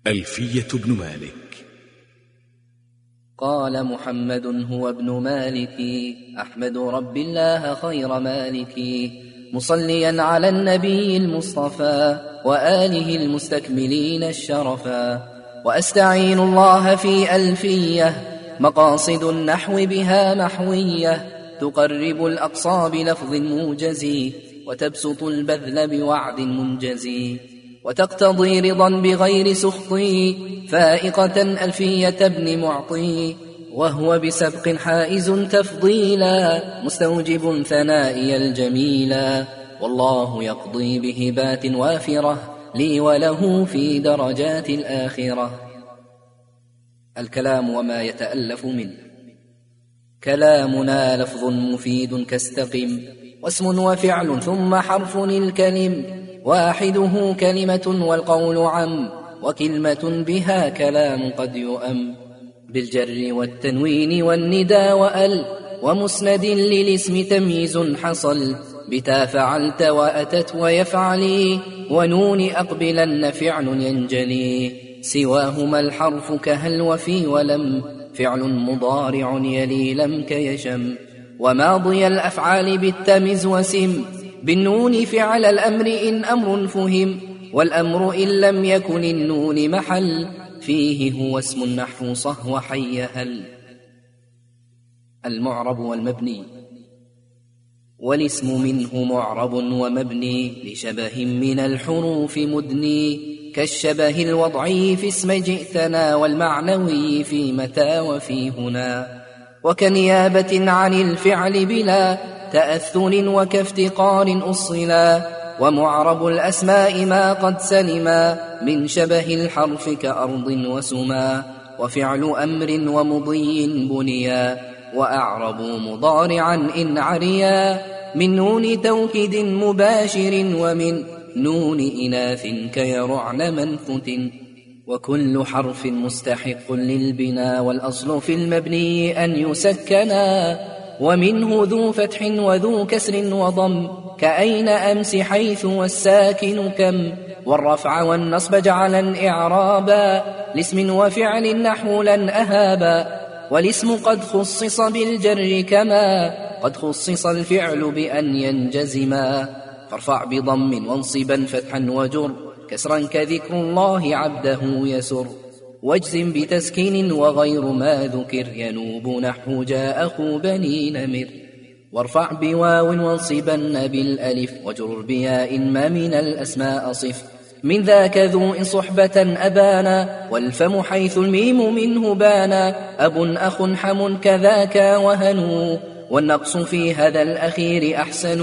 ألفية بن مالك. قال محمد هو ابن مالك أحمد رب الله خير مالك مصليا على النبي المصطفى وآله المستكملين الشرفا وأستعين الله في ألفية مقاصد النحو بها محوية تقرب الأقصى بلفظ موجز وتبسط البذل بوعد منجز وتقتضي رضا بغير سخط فائقة ألفية ابن معطي وهو بسبق حائز تفضيلا مستوجب ثنائي الجميلا والله يقضي بهبات وافرة لي وله في درجات الآخرة. الكلام وما يتألف منه. كلامنا لفظ مفيد كاستقم واسم وفعل ثم حرف الكلم واحده كلمة والقول عم وكلمة بها كلام قد يؤم بالجر والتنوين والندى وأل ومسند للاسم تمييز حصل بتا فعلت وأتت ويفعلي ونون أقبلن فعل ينجلي سواهما الحرف كهل وفي ولم فعل مضارع يلي لم كيشم وماضي الأفعال بالتمز وسم بالنون فعل الأمر إن أمر فهم والأمر إن لم يكن النون محل فيه هو اسم النحو صهو حي هل. المعرب والمبني. والاسم منه معرب ومبني لشبه من الحروف مدني كالشبه الوضعي في اسم جئتنا والمعنوي في متى وفي هنا وكنيابة عن الفعل بلا تأثر وكافتقار أصلا ومعرب الأسماء ما قد سلما من شبه الحرف كأرض وسما وفعل أمر ومضي بنيا وأعربوا مضارعا إن عريا من نون توكيد مباشر ومن نون إناث كيرعن منفت وكل حرف مستحق للبنا والأصل في المبني أن يسكنا ومنه ذو فتح وذو كسر وضم كأين أمس حيث والساكن كم والرفع والنصب جعلا إعرابا لاسم وفعل نحو لن أهابا والاسم قد خصص بالجر كما قد خصص الفعل بأن ينجزما فارفع بضم وانصبا فتحا وجر كسرا كذكر الله عبده يسر واجزم بتسكين وغير ما ذكر ينوب نحو جاء أخو بني نمر وارفع بواو وانصبن بالألف وجر بياء ما من الأسماء صف من ذاك ذو إن صحبة أبانا والفم حيث الميم منه بانا أب أخ حم كذاك وهنو والنقص في هذا الأخير أحسن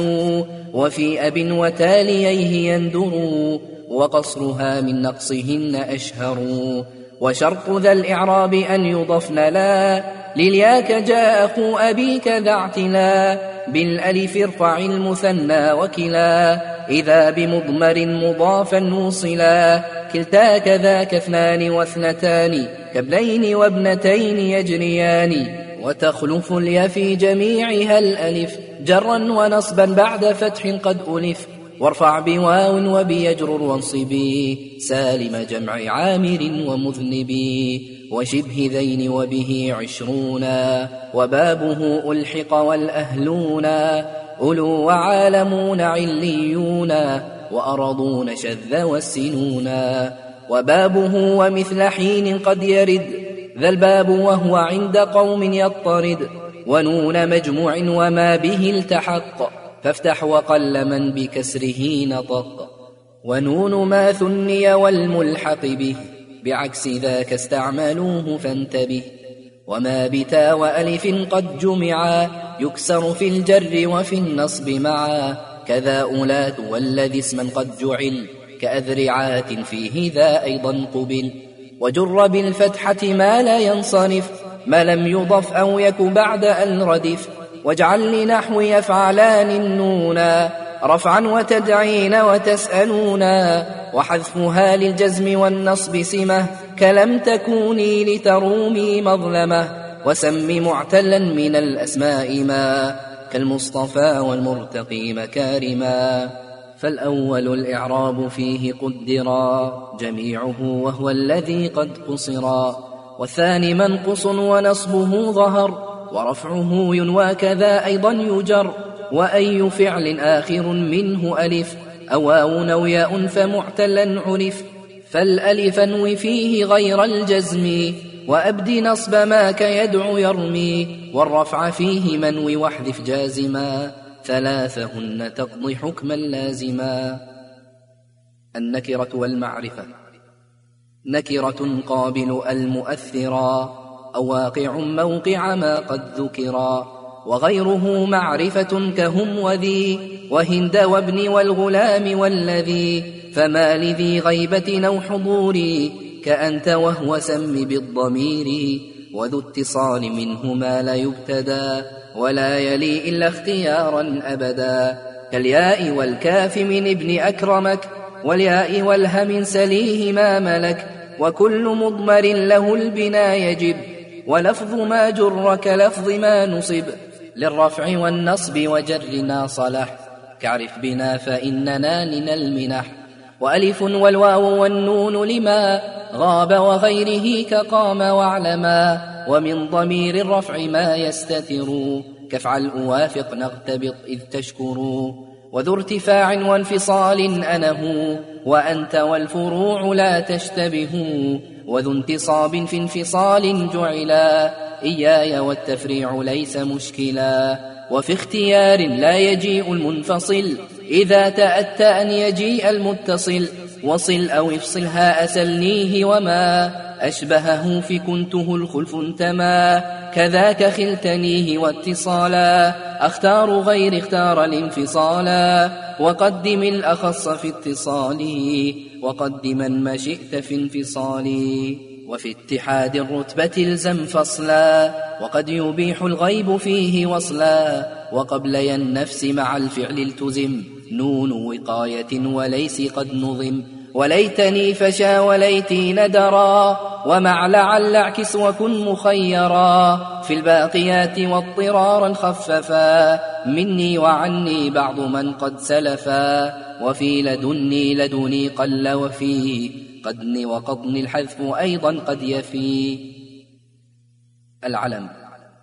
وفي أب وتاليه يندر وقصرها من نقصهن أشهر وشرط ذا الإعراب أن يضفن لا للياك جاء أخو أبيك ذا اعتلا بالألف ارفع المثنى وكلا إذا بمضمر مضافا نوصلا كلتا كذاك اثنان واثنتان كابنين وابنتين يجريان وتخلف اليا في جميعها الألف جرا ونصبا بعد فتح قد ألف وارفع بواو وبيجرر وانصبي سالم جمع عامر ومذنبي وشبه ذين وبه 20 وبابه ألحق والأهلون أولو وعالمون عليون وأرضون شذ والسنون وبابه ومثل حين قد يرد ذا الباب وهو عند قوم يضطرد ونون مجموع وما به التحق فافتح وقل من بكسره نطق ونون ما ثني والملحق به بعكس ذاك استعملوه فانتبه وما بتا وألف قد جمعا يكسر في الجر وفي النصب معا كذا أولات والذي اسما قد جعل كأذرعات فيه ذا أيضا قبل وجر بالفتحة ما لا ينصرف ما لم يضف أو يك بعد أن ردف واجعل لنحو يفعلان النونا رفعا وتدعين وتسألونا وحذفها للجزم والنصب سمة كلم تكوني لترومي مظلمة وسم معتلا من الأسماء ما كالمصطفى والمرتقي مكارما فالأول الإعراب فيه قدرا جميعه وهو الذي قد قصرا، والثاني منقص ونصبه ظهر ورفعه ينوى كذا أيضا يجر، وأي فعل آخر منه ألف أو واو أو ياء فمعتلا عرف، فالألف انوي فيه غير الجزم وأبد نصب ما كيدعو يرمي، والرفع فيه منوي واحذف جازما ثلاثهن تقضي حكما لازما. النكرة والمعرفة: نكرة قابل المؤثرا أو واقع موقع ما قد ذكرا، وغيره معرفة كهم وذي وهند وابن والغلام والذي، فما لذي غيبة أو حضور كأنت وهو سم بالضمير، وذو اتصال منهما لا يبتدى ولا يلي إلا اختيارا أبدا، كالياء والكاف من ابن أكرمك والياء والهم سليه ما ملك، وكل مضمر له البنا يجب ولفظ ما جر كلفظ ما نصب، للرفع والنصب وجرنا صلح كعرف بنا فإننا لنا المنح، وألف والواو والنون لما غاب وغيره كقام واعلما، ومن ضمير الرفع ما يستتر كافعل أوافق نغتبط إذ تشكر، وذو ارتفاع وانفصال أنه وأنت والفروع لا تشتبه، وذو انتصاب في انفصال جعلا إياي والتفريع ليس مشكلا، وفي اختيار لا يجيء المنفصل إذا تأتى أن يجيء المتصل، وصل أو افصلها أسلنيه وما أشبهه في كنته الخلف انتما، كذاك خلتنيه واتصالا أختار غير اختار الانفصالا، وقدم الأخص في اتصاله وقدما ما شئت في انفصاله، وفي اتحاد الرتبة الزم فصلا وقد يبيح الغيب فيه وصلا، وقبل النفس مع الفعل التزم نون وقاية وليس قد نظم، وليتني فشا وليتي ندرا ومع لعل اعكس وكن مخيرا، في الباقيات واضطرارا خففا مني وعني بعض من قد سلفا، وفي لدني قل وفي قدن وقضن الحذف أيضا قد يفي. العلم: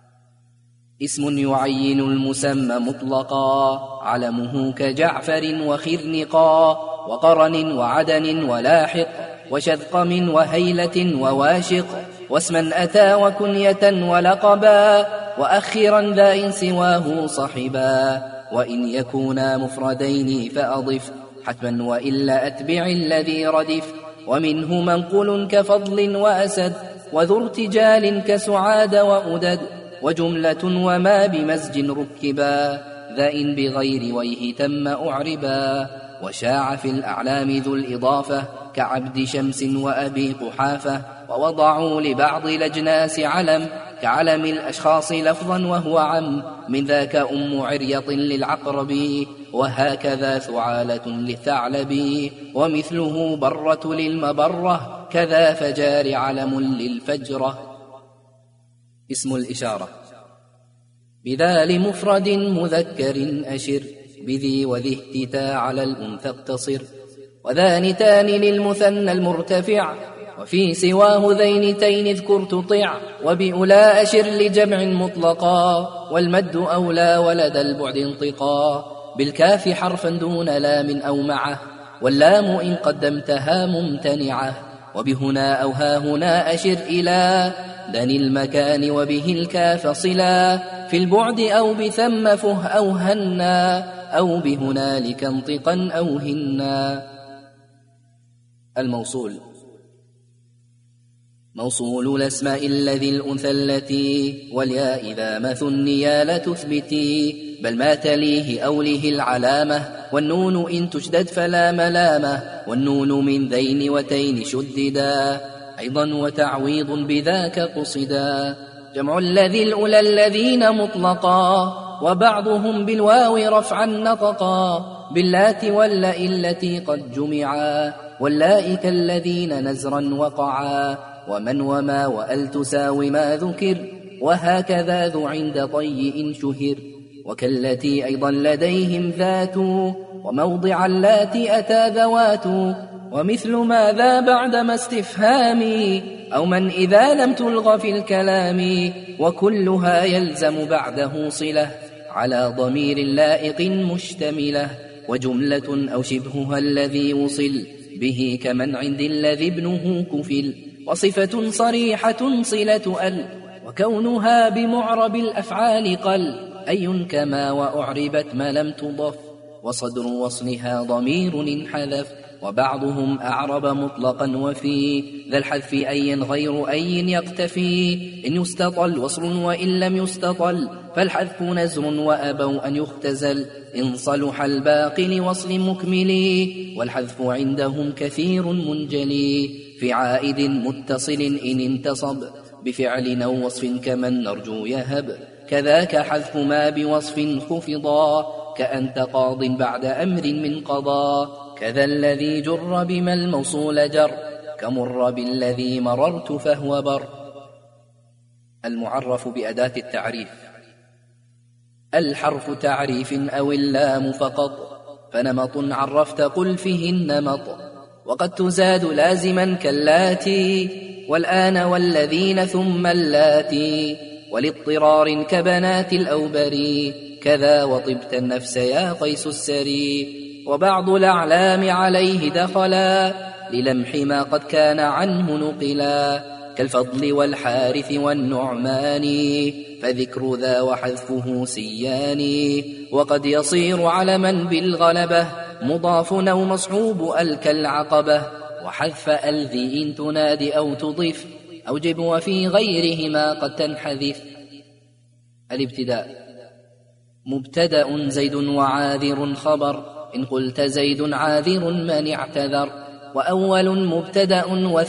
اسم يعين المسمى مطلقا، علمه كجعفر وخرنقا وقرن وعدن ولاحق وشذقم وهيلة وواشق، واسما أتى وكنية ولقبا، وأخرا ذا إن سواه صحبا، وإن يكونا مفردين فأضف حتما وإلا أتبع الذي ردف، ومنه منقل كفضل وأسد وذو ارتجال كسعاد وأدد، وجملة وما بمزج ركبا ذا إن بغير ويه تم أعربا، وشاع في الأعلام ذو الإضافة كعبد شمس وأبي قحافة، ووضعوا لبعض الأجناس علم كعلم الأشخاص لفظا وهو عم، من ذاك أم عريط للعقرب وهكذا ثعالة للثعلب، ومثله برة للمبرة كذا فجار علم للفجرة. اسم الإشارة: بذا لمفرد مذكر أشر، بذي وذي اهتتا على الأنثى اقتصر، وذانتان للمثنى المرتفع، وفي سواه ذينتين اذكر تطع، وبأولى أشر لجمع مطلقا، والمد أولى ولدى البعد انطقا، بالكاف حرفا دون لام أو معه، واللام إن قدمتها ممتنعة، وبهنا أو ها هنا أشر إلى دن المكان، وبه الكاف صلا في البعد، أو بثم فه أو هنا، أو بهنالك انطقا أو هنا. الموصول: موصول الأسماء الذي الأنثى التي، والياء إذا ما ثنيا لا تثبتي، بل ما تليه أوله العلامة، والنون إن تشدد فلا ملامة، والنون من ذين وتين شددا أيضا، وتعويض بذاك قصدا، جمع الذي الأولى الذين مطلقا، وبعضهم بالواو رفعا نطقا، باللات واللاء التي قد جمعا، واللائك الذين نزرا وقعا، ومن وما وأل تساوي ما ذكر، وهكذا ذو عند طيء شهر، وكالتي أيضا لديهم ذات وموضع اللاتي أتى ذوات ومثل ماذا بعدما استفهامي أو من إذا لم تلغ في الكلام وكلها يلزم بعده صلة على ضمير لائق مشتملة وجملة أو شبهها الذي وصل به كمن عند الذي ابنه كفل وصفة صريحة صلة أل وكونها بمعرب الأفعال قل أي كما وأعربت ما لم تضف وصدر وصلها ضمير انحذف وبعضهم أعرب مطلقا وفي ذا الحذف أي غير أي يقتفي إن يستطل وصل وإن لم يستطل فالحذف نزر وأبوا أن يختزل إن صلح الباقي لوصل مكمل والحذف عندهم كثير منجلي في عائد متصل إن انتصب بفعل أو وصف كمن نرجو يهب كذاك حذف ما بوصف خفضا كأنت قاض بعد أمر من قضاء كذا الذي جر بما الموصول جر كمر بالذي مررت فهو بر. المعرف بأداة التعريف الحرف تعريف أو اللام فقط فنمط عرفت قل فيه النمط وقد تزاد لازما كاللاتي والآن والذين ثم اللاتي ولاضطرار كبنات الأوبري كذا وطبت النفس يا قيس السري وبعض الأعلام عليه دخلا للمح ما قد كان عنه نقلا كالفضل والحارث والنعمان فذكر ذا وحذفه سيان وقد يصير علما بالغلبة مضاف أو مصحوب ألك العقبة وحذف ألذي إن تنادي أو تضيف أوجب وفي غيرهما قد تنحذف. الابتداء مبتدأ زيد وعاذر خبر إن قلت زيد عاذر من اعتذر وأول مبتدأ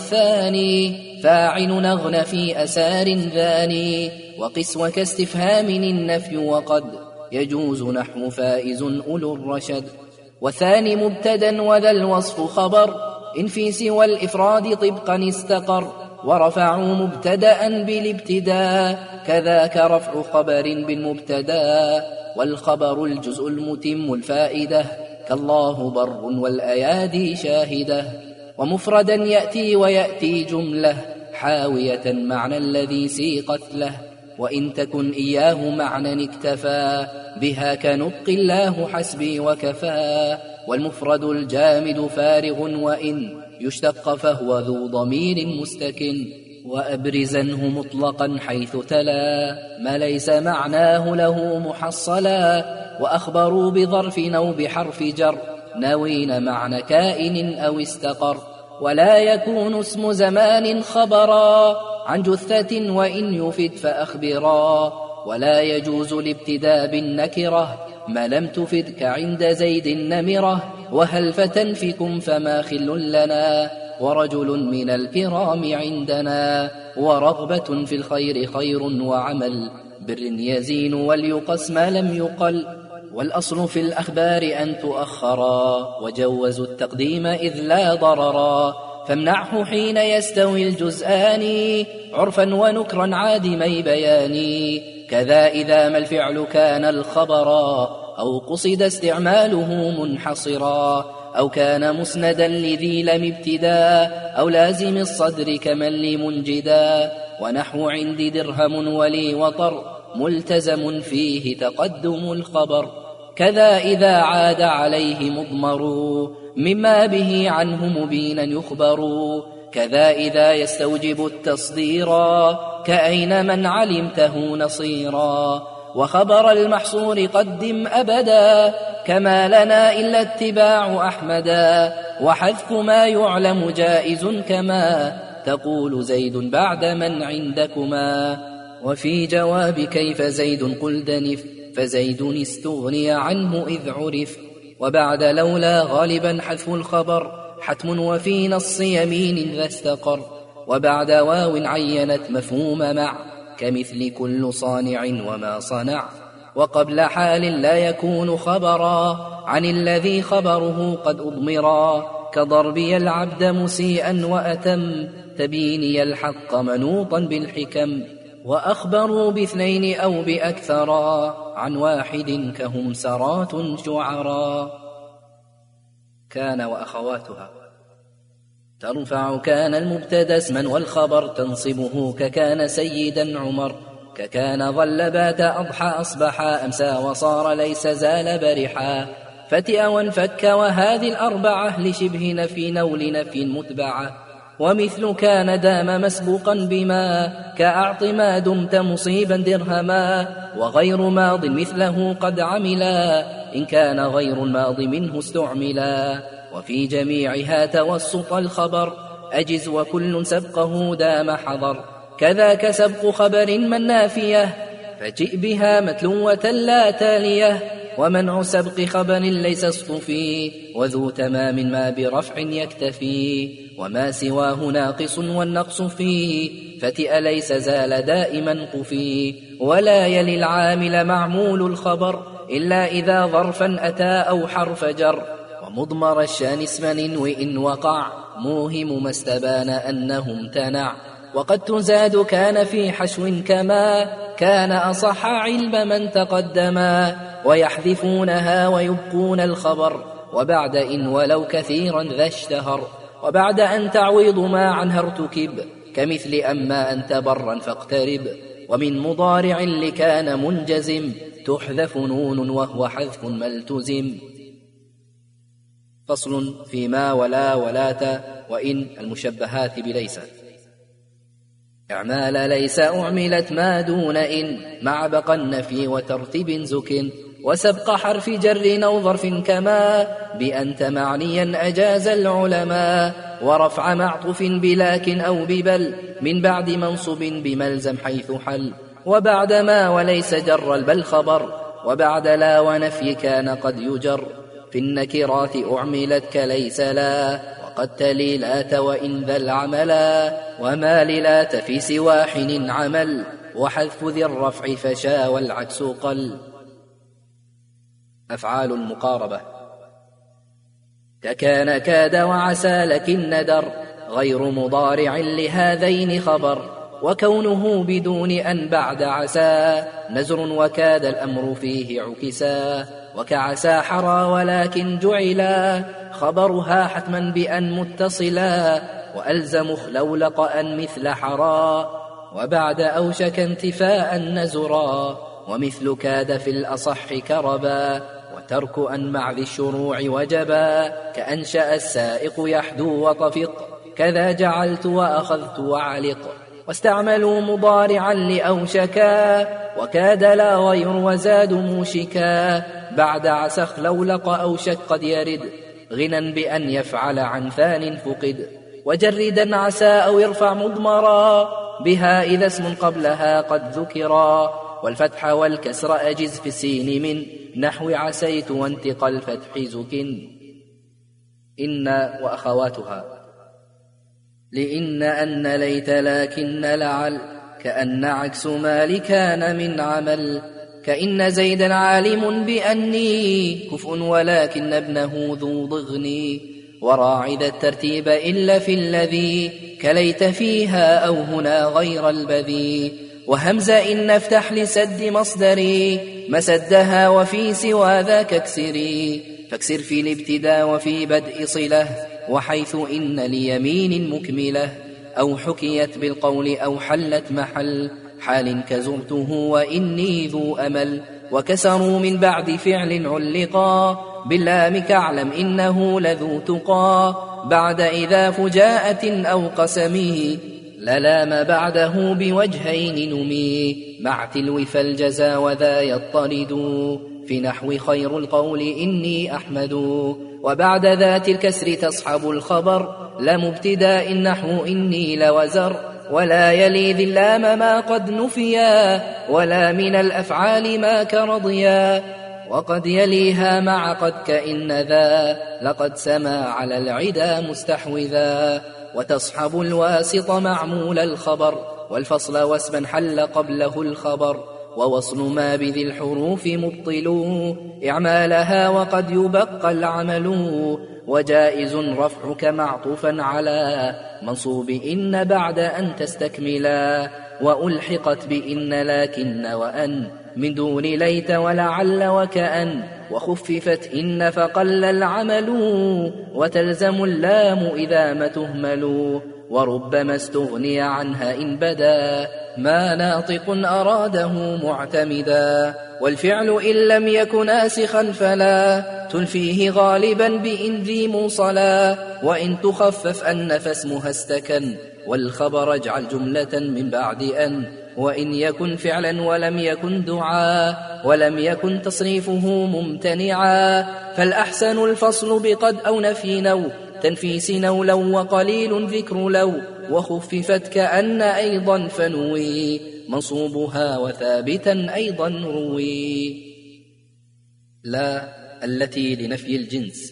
والثاني فاعل نغن في أسار ذاني وقس وكاستفهام النفي وقد يجوز نحو فائز أولو الرشد وثاني مبتدأ وذا الوصف خبر إن في سوى الإفراد طبقا استقر ورفعوا مبتدأ بالابتداء كذاك رفع خبر بالمبتدأ والخبر الجزء المتم الفائدة كالله بر والأيادي شاهدة ومفردا يأتي ويأتي جملة حاوية معنى الذي سيقت له وإن تكن إياه معنى اكتفى بها كنطق الله حسبي وكفى والمفرد الجامد فارغ وإن يشتق فهو ذو ضمير مستكن وأبرزنه مطلقا حيث تلا ما ليس معناه له محصلا وأخبروا بظرف أو بحرف جر ناوين معنى كائن أو استقر ولا يكون اسم زمان خبرا عن جثة وإن يفد فأخبرا ولا يجوز الابتداء بالنكرة ما لم تفد كعند زيد النمرة وهل فتنفكم فما خل لنا ورجل من الكرام عندنا ورغبة في الخير خير وعمل بر يزين وليقس ما لم يقل والأصل في الأخبار أن تؤخرا وجوزوا التقديم إذ لا ضررا فامنعه حين يستوي الجزآن عرفا ونكرا عادمي بيان كذا إذا ما الفعل كان الخبرا أو قصد استعماله منحصرا أو كان مسندا لذي لم ابتدا أو لازم الصدر كمن لمنجدا ونحو عندي درهم ولي وطر ملتزم فيه تقدم الخبر كذا إذا عاد عليه مضمر مما به عنه مبينا يخبر كذا إذا يستوجب التصديرا كأين من علمته نصيرا وخبر المحصور قدم أبدا كما لنا إلا اتباع أحمدا وحذف ما يعلم جائز كما تقول زيد بعد من عندكما وفي جواب كيف زيد قل دنف فزيد استغني عنه إذ عرف وبعد لولا غالبا حذف الخبر حتم وفي نص يمين ذا استقر وبعد واو عينت مفهوم مع كمثل كل صانع وما صنع وقبل حال لا يكون خبرا عن الذي خبره قد أضمرا كضربي العبد مسيئا وأتم تبيني الحق منوطا بالحكم وأخبروا باثنين أو بأكثرا عن واحد كهم سرات شعرا. كان وأخواتها. ترفع كان المبتدى اسما والخبر تنصبه ككان سيدا عمر، ككان ظل بات أضحى أصبح أمسى وصار ليس زال برحا، فتئ وانفك وهذه الأربعة لشبه نفي نول نفي متبعة. ومثل كان دام مسبوقا بما كأعط ما دمت مصيبا درهما، وغير ماض مثله قد عملا إن كان غير الماض منه استعملا. وفي جميعها توسط الخبر أجز وكل سبقه دام حضر، كذاك سبق خبر من نافية فجئ بها متلوة لا تالية. ومنع سبق خبر ليس اصطفي وذو تمام ما برفع يكتفي، وما سواه ناقص والنقص فيه فتئ ليس زال دائما قفي. ولا يلي العامل معمول الخبر إلا إذا ظرفا أتى أو حرف جر، ومضمر الشان اسما وإن وقع موهم ما استبان أنه امتنع. وقد تزاد كان في حشو كما كان أصح علم من تقدما، ويحذفونها ويبقون الخبر وبعد إن ولو كثيرا ذا اشتهر. وبعد أن تعويض ما عنها ارتكب كمثل أما أنت برا فاقترب. ومن مضارع لكان منجزم تحذف نون وهو حذف ملتزم. فصل فيما ولا ولات وإن المشبهات بليس. إعمال ليس أعملت ما دون إن مع بقى النفي وترتيب زك، وسبق حرف جر أو ظرف كما بأنت معنيا أجاز العلماء. ورفع معطف بلكن أو ببل من بعد منصب بملزم حيث حل. وبعد ما وليس جر البل خبر، وبعد لا ونفي كان قد يجر. في النكرات أعملت كليس لا، وقد تلي لات وإن ذا العملا. وما للات في سوى حين عمل، وحذف ذي الرفع فشا والعكس قل. أفعال المقاربة ككان كاد وعسى لكن ندر، غير مضارع لهذين خبر. وكونه بدون أن بعد عسى نزر، وكاد الأمر فيه عكسا. وكعسى حرى ولكن جعلا خبرها حتما بأن متصلا، وألزم خلولق أن مثل حرى. وبعد أوشك انتفاء نزرا، ومثل كاد في الأصح كربا. وترك أن مع ذي الشروع وجبا، كأنشأ السائق يحدو وطفق. كذا جعلت وأخذت وعلق. واستعملوا مضارعا لأوشكا، وكاد لا غير وزاد موشكا. بعد عسى خلولق أوشك قد يرد، غنى بأن يفعل عن ثان فقد. وجردا عسى أو يرفع مضمرا، بها إذا اسم قبلها قد ذكرا. والفتح والكسر أجز في السين من نحو عسيت وانتقى الفتح زك. إن وأخواتها لإن أن ليت لكن لعل، كأن عكس ما لكان من عمل. كإن زيدا عالم بأني كفء ولكن ابنه ذو ضغني. وراعي ذا الترتيب إلا في الذي كليت فيها أو هنا غير البذي. وهمزة إن افتح لسد مصدري مسدها، وفي سوى ذاك اكسري. فاكسر في الابتداء وفي بدء صلة، وحيث إن ليمين مكملة. أو حكيت بالقول أو حلت محل حال كزرته وإني ذو أمل. وكسروا من بعد فعل علقا، باللام كاعلم إنه لذو تقى. بعد إذا فجاءة أو قسمه للام بعده بوجهين نمي. مع تلو فالجزا وذا يطرد، في نحو خير القول إني أحمد. وبعد ذات الكسر تصحب الخبر، لمبتداء النحو إني لوزر. ولا يلي ذي اللام ما قد نفيا، ولا من الأفعال ما كرضيا. وقد يليها مع قد كإن ذا، لقد سما على العدا مستحوذا. وتصحب الواسط معمول الخبر، والفصل واسما حل قبله الخبر. ووصل ما بذي الحروف مبطل إعمالها، وقد يبقى العمل. وجائز رفعك معطوفا على منصوب إن بعد أن تستكملا. وألحقت بإن لكن وأن من دون ليت ولعل وكأن، وخففت إن فقل العمل وتلزم اللام إذا ما تهمل، وربما استغني عنها إن بدا ما ناطق أراده معتمدا، والفعل إن لم يكن ناسخا فلا تلفيه غالبا بإن ذي موصلا، وإن تخفف أن فاسمها استكن والخبر اجعل جملة من بعد أن، وإن يكن فعلا ولم يكن دعاء ولم يكن تصريفه ممتنعا، فالأحسن الفصل بقد أو نفي نو تنفيس نو لو وقليل ذكر لو، وخففت كأن أيضا فنوي منصوبها وثابتا أيضا روي. لا التي لنفي الجنس.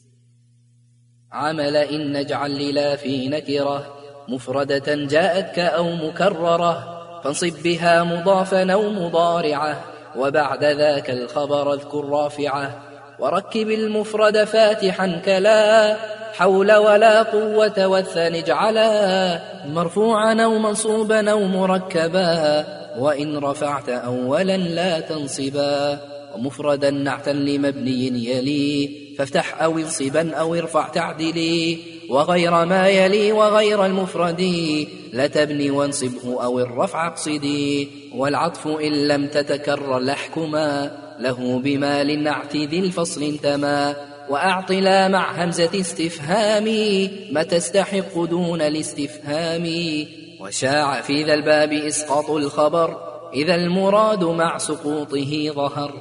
عمل إن نجعل للا في نكرة مفردة جاءتك أو مكررة، فانصب بها مضافا أو مضارعة، وبعد ذاك الخبر اذكر رافعة، وركب المفرد فاتحا كلا حول ولا قوة، والثاني اجعلا مرفوعا أو منصوبا أو مركبا، وإن رفعت أولا لا تنصبا، ومفردا نعتا لمبني يلي فافتح أو انصبا أو ارفع تعدلي، وغير ما يلي وغير المفرد لا تبني وانصبه أو الرفع اقصدي، والعطف إن لم تتكرر لحكما له بما للنعت ذي الفصل انتما، وأعطلا مع همزة استفهام ما تستحق دون الاستفهام، وشاع في ذا الباب إسقاط الخبر إذا المراد مع سقوطه ظهر.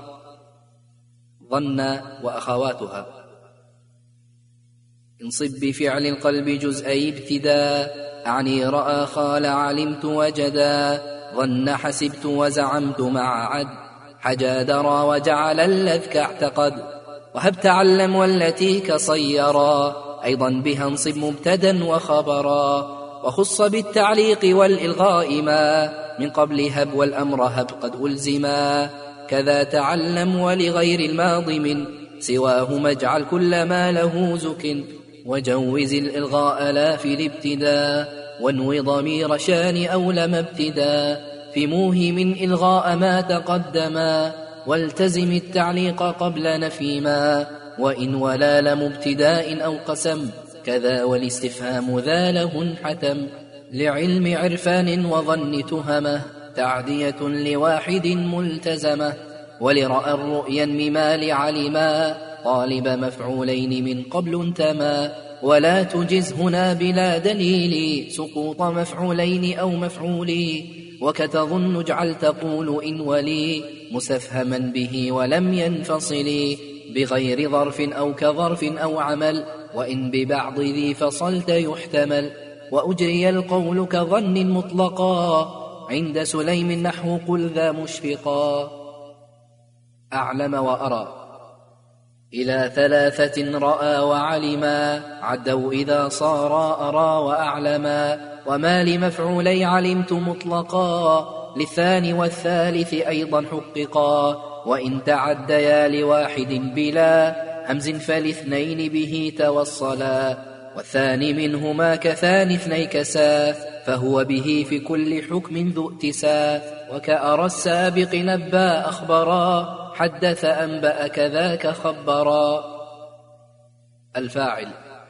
ظن وأخواتها. انصب بفعل القلب جزئي ابتداء أعني رأى خال علمت وجدا، ظن حسبت وزعمت مع عد حجا درى وجعل اللذك اعتقد، وهب تعلم والتي كصيرا أيضا بها انصب مبتدا وخبرا، وخص بالتعليق والإلغاء ما من قبل هب والأمر هب قد ألزما، كذا تعلم ولغير الماضي من سواهما اجعل كل ما له زك، وجوز الإلغاء لا في الابتداء، وانو ضمير شان أو لم ابتداء في موهم إلغاء ما تقدما، والتزم التعليق قبل نفي ما، وإن ولا لم ابتداء أو قسم كذا والاستفهام ذا له انحتم، لعلم عرفان وظن تهمه تعدية لواحد ملتزمة، ولرأى الرؤيا مما لعلما طالب مفعولين من قبل انتما، ولا تجز هنا بلا دليل سقوط مفعولين أو مفعول، وكتظن اجعل تقول إن ولي مستفهما به ولم ينفصل، بغير ظرف أو كظرف أو عمل، وإن ببعض ذي فصلت يحتمل، وأجري القول كظن مطلقا عند سليم نحو قل ذا مشفقا. أعلم وأرى. إلى ثلاثة رأى وعلما عدوا إذا صارا أرى وأعلما، وما لمفعولي علمت مطلقا للثاني والثالث أيضا حققا، وإن تعديا لواحد بلا همز فالاثنين به توصلا، والثاني منهما كثاني اثني كسا فهو به في كل حكم ذو اتسا، وكأرى السابق نبا أخبرا حدث أنبأ كذاك خبرا. الفاعل.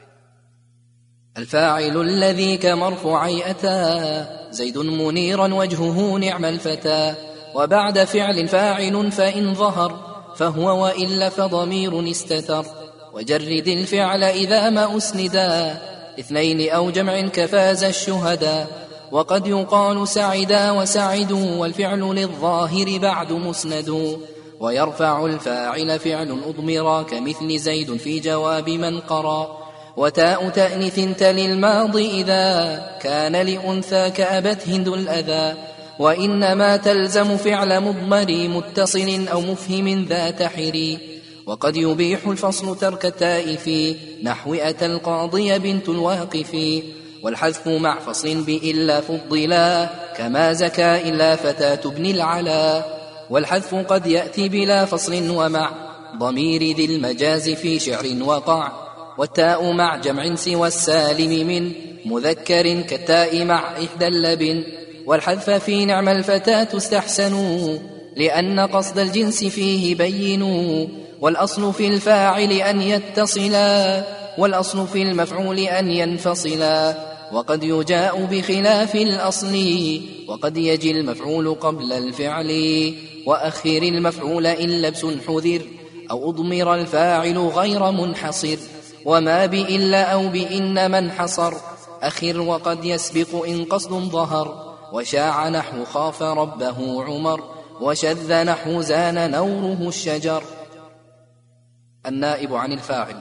الفاعل الذي كمرفوعي أتى زيد منيرا وجهه نعم الفتى، وبعد فعل فاعل فإن ظهر فهو وإلا فضمير استتر، وجرد الفعل إذا ما أسندا اثنين أو جمع كفاز الشهدا، وقد يقال سعدا وسعدوا والفعل للظاهر بعد مسند، ويرفع الفاعل فعل أضمرا كمثل زيد في جواب من قرى، وتاء تأنث تلي الماضي إذا كان لأنثى كأبت هند الأذى، وإنما تلزم فعل مضمر متصل أو مفهم ذات حري، وقد يبيح الفصل ترك التاء في نحو أتى القاضي بنت الواقف، والحذف مع فصل بإلا فضلا كما زكى إلا فتاة ابن العلا، والحذف قد يأتي بلا فصل ومع ضمير ذي المجاز في شعر وقع، والتاء مع جمع سوى السالم من مذكر كالتاء مع إحدى اللبن، والحذف في نعم الفتاة استحسنوا لأن قصد الجنس فيه بينوا. والأصل في الفاعل أن يتصلا والأصل في المفعول أن ينفصلا. وقد يجاء بخلاف الأصل وقد يجي المفعول قبل الفعل. وأخر المفعول إن لبس حذر أو أضمر الفاعل غير منحصر. وما بإلا أو بإن من حصر أخر وقد يسبق إن قصد ظهر. وشاع نحو خاف ربه عمر وشذ نحو زان نوره الشجر. النائب عن الفاعل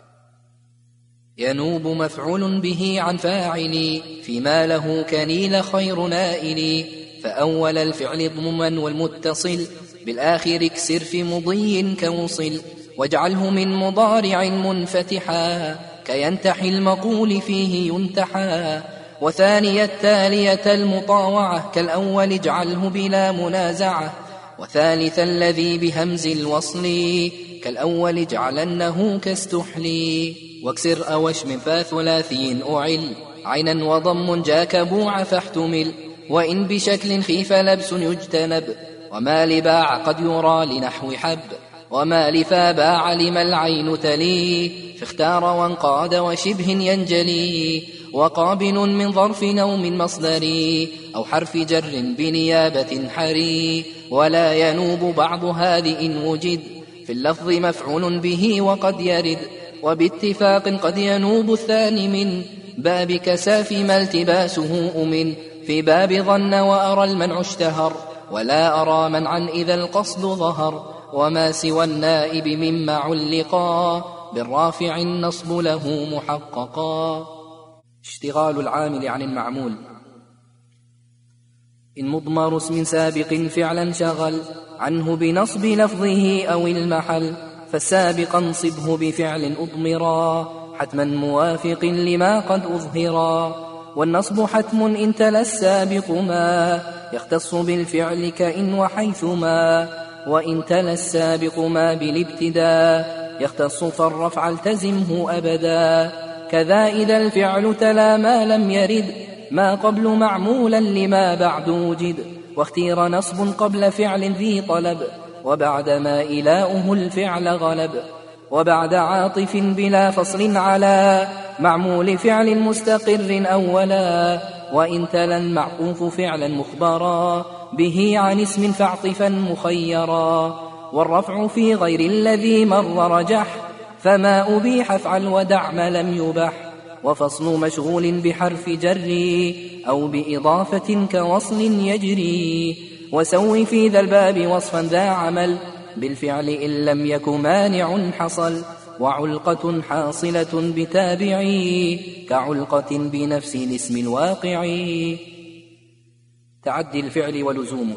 ينوب مفعول به عن فاعل فيما له كنيل خير نائل. فأول الفعل اضمما والمتصل بالآخر اكسر في مضي كوصل. واجعله من مضارع منفتحا كينتحي المقول فيه ينتحى. وثاني التالية المطاوعة كالأول اجعله بلا منازعة. وثالث الذي بهمز الوصل كالأول اجعلنه كاستحلي. واكسر أوشم فثلاثي أعل عينا وضم جاك بوع فاحتمل. وإن بشكل خيف لبس يجتنب وما لباع قد يرى لنحو حب. وما لفا باع لما العين تلي فاختار وانقاد وشبه ينجلي. وقابل من ظرف نوم مصدري أو حرف جر بنيابة حري. ولا ينوب بعض هذه إن وجد في اللفظ مفعول به وقد يرد. وباتفاق قد ينوب الثاني من باب كساف ما التباسه أمن. في باب ظن وأرى المنع اشتهر ولا أرى منعا إذا القصد ظهر. وما سوى النائب مما علقا بالرافع النصب له محققا. اشتغال العامل عن المعمول إن مضمر اسم سابق فعلا شغل عنه بنصب لفظه أو المحل. فالسابق انصبه بفعل أضمرا حتما موافق لما قد أظهرا. والنصب حتم إن تلا السابق ما يختص بالفعل كإن وحيثما. وإن تلا السابق ما بالابتداء يختص فالرفع التزمه أبدا. كذا إذا الفعل تلا ما لم يرد ما قبل معمولا لما بعد وجد. واختير نصب قبل فعل ذي طلب وبعد ما إلاؤه الفعل غلب. وبعد عاطف بلا فصل على معمول فعل مستقر أولا. وإن تلا المعطوف فعلا مخبرا به عن اسم فاعطفا مخيرا. والرفع في غير الذي مر رجح فما أبيح افعل ودع ما لم يبح. وفصل مشغول بحرف جر أو بإضافة كوصل يجري. وسوي في ذا الباب وصفا ذا عمل بالفعل إن لم يك مانع حصل. وعلقة حاصلة بتابعي كعلقة بنفس الاسم الواقعي. تعدي الفعل ولزومه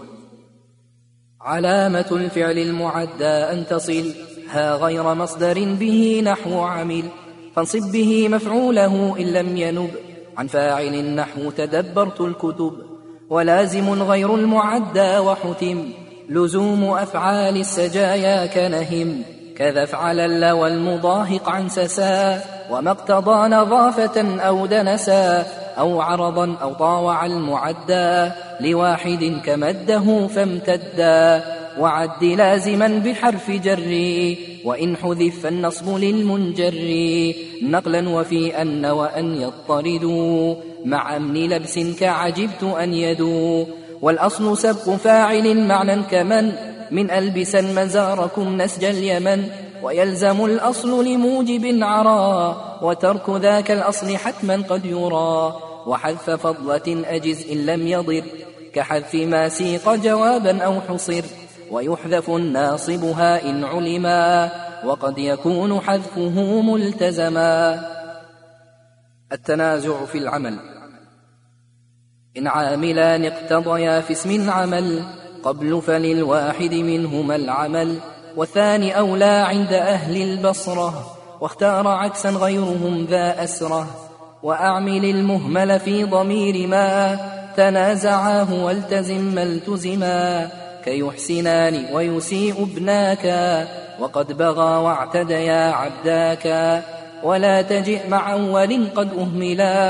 علامة الفعل المعدى أن تصل ها غير مصدر به نحو عمل. فانصب به مفعوله إن لم ينب عن فاعل نحو تدبرت الكتب. ولازم غير المعدى وحتم لزوم أفعال السجايا كنهم. كذا افعل الل والمضاهق عن سسا وما اقتضى نظافة أو دنسا. أو عرضا أو طاوع المعدى لواحد كمده فامتدا. وعد لازما بحرف جر وإن حذف فالنصب للمنجر نقلا. وفي أن وأن يضطردوا مع أمن لبس كعجبت أن يدوا. والأصل سبق فاعل معنى كمن من ألبسا مزاركم نسج اليمن. ويلزم الأصل لموجب عرى وترك ذاك الأصل حتما قد يرى. وحذف فضلة أجز إن لم يضر كحذف ما سيق جوابا أو حصر. ويحذف الناصبها إن علما وقد يكون حذفه ملتزما. التنازع في العمل إن عاملان اقتضيا في اسم عمل قبل فللواحد منهما العمل. والثاني أولى عند أهل البصرة واختار عكسا غيرهم ذا أسره. وأعمل المهمل في ضمير ما تنازعاه والتزم ما التزما. كيحسنان ويسيء ابناك وقد بغى واعتديا عبداك. ولا تجئ مع أول قد أهملا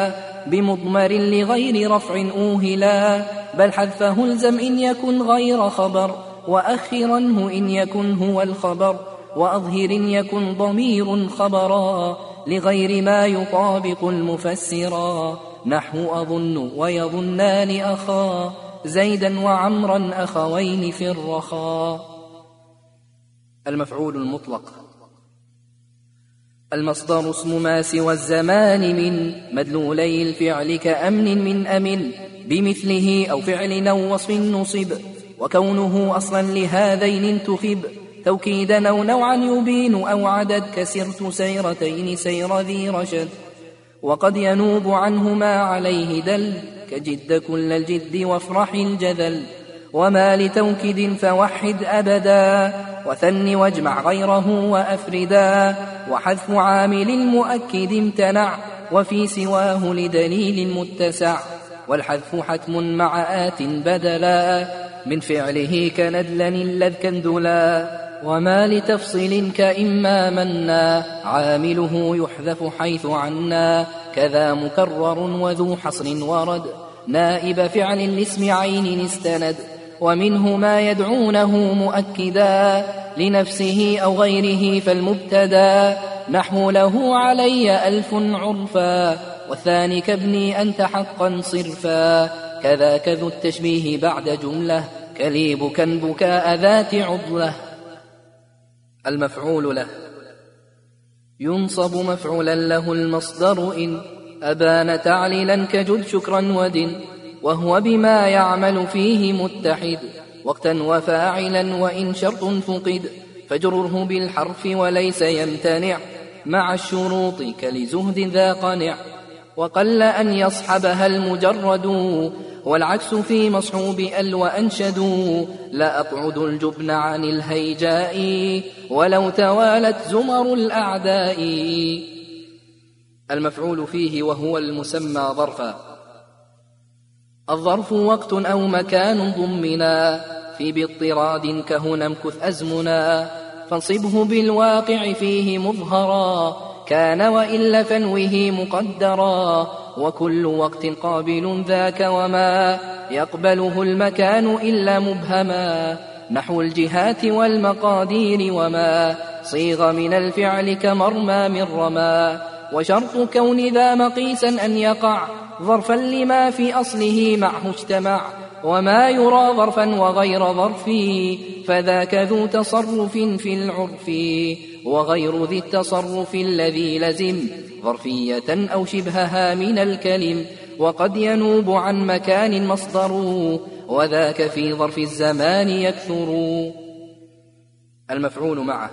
بمضمر لغير رفع أوهلا، بل حذفه الزم إن يكن غير خبر، وأخرنه إن يكن هو الخبر، وأظهر يكن ضمير خبرا لغير ما يطابق المفسرا، نحو أظن ويظنان أخا زيدا وعمرا أخوين في الرخاء. المفعول المطلق. المصدر اسم ما سوى الزمان من مدلولي الفعل كأمن من أمن، بمثله أو فعل أو وصف نصب، وكونه أصلا لهذين انتخب، توكيدا أو نوعا يبين أو عدد، كسرت سيرتين سير ذي رشد، وقد ينوب عنه ما عليه دل، كجد كل الجد وافرح الجذل، وما لتوكيد فوحد أبدا، وثن واجمع غيره وأفردا، وحذف عامل المؤكد امتنع، وفي سواه لدليل متسع، والحذف حتم مع آت بدلا، من فعله كندلا الذ كندلا، وما لتفصيل كإما منا، عامله يحذف حيث عنا، كذا مكرر وذو حصر ورد، نائب فعل الاسم عين استند، ومنه ما يدعونه مؤكدا لنفسه أو غيره فالمبتدا، نحو له علي ألف عرفا، والثاني كابني أنت حقا صرفا، كذاك ذو التشبيه بعد جملة، كليب كنبكاء ذات عضلة. المفعول له. ينصب مفعولا له المصدر إن أبان تعليلا كجد شكرا ودن، وهو بما يعمل فيه متحد، وقتا وفاعلا وإن شرط فقد، فجره بالحرف وليس يمتنع، مع الشروط كلزهد ذا قنع، وقل أن يصحبها المجرد، والعكس في مصحوب أل وأنشدوا، لا أقعد الجبن عن الهيجاء، ولو توالت زمر الأعداء. المفعول فيه وهو المسمى ظرفا. الظرف وقت أو مكان ضمنا، في باضطراد كهنا امكث أزمنا، فانصبه بالواقع فيه مظهرا، كان وإلا فانوه مقدرا، وكل وقت قابل ذاك وما يقبله المكان إلا مبهما، نحو الجهات والمقادير وما صيغ من الفعل كمرمى من رما، وشرط كون ذا مقيسا أن يقع ظرفا لما في أصله معه اجتمع، وما يرى ظرفا وغير ظرف فذاك ذو تصرف في العرف، وغير ذي التصرف الذي لزم ظرفية أو شبهها من الكلم، وقد ينوب عن مكان مصدر، وذاك في ظرف الزمان يكثر. المفعول معه.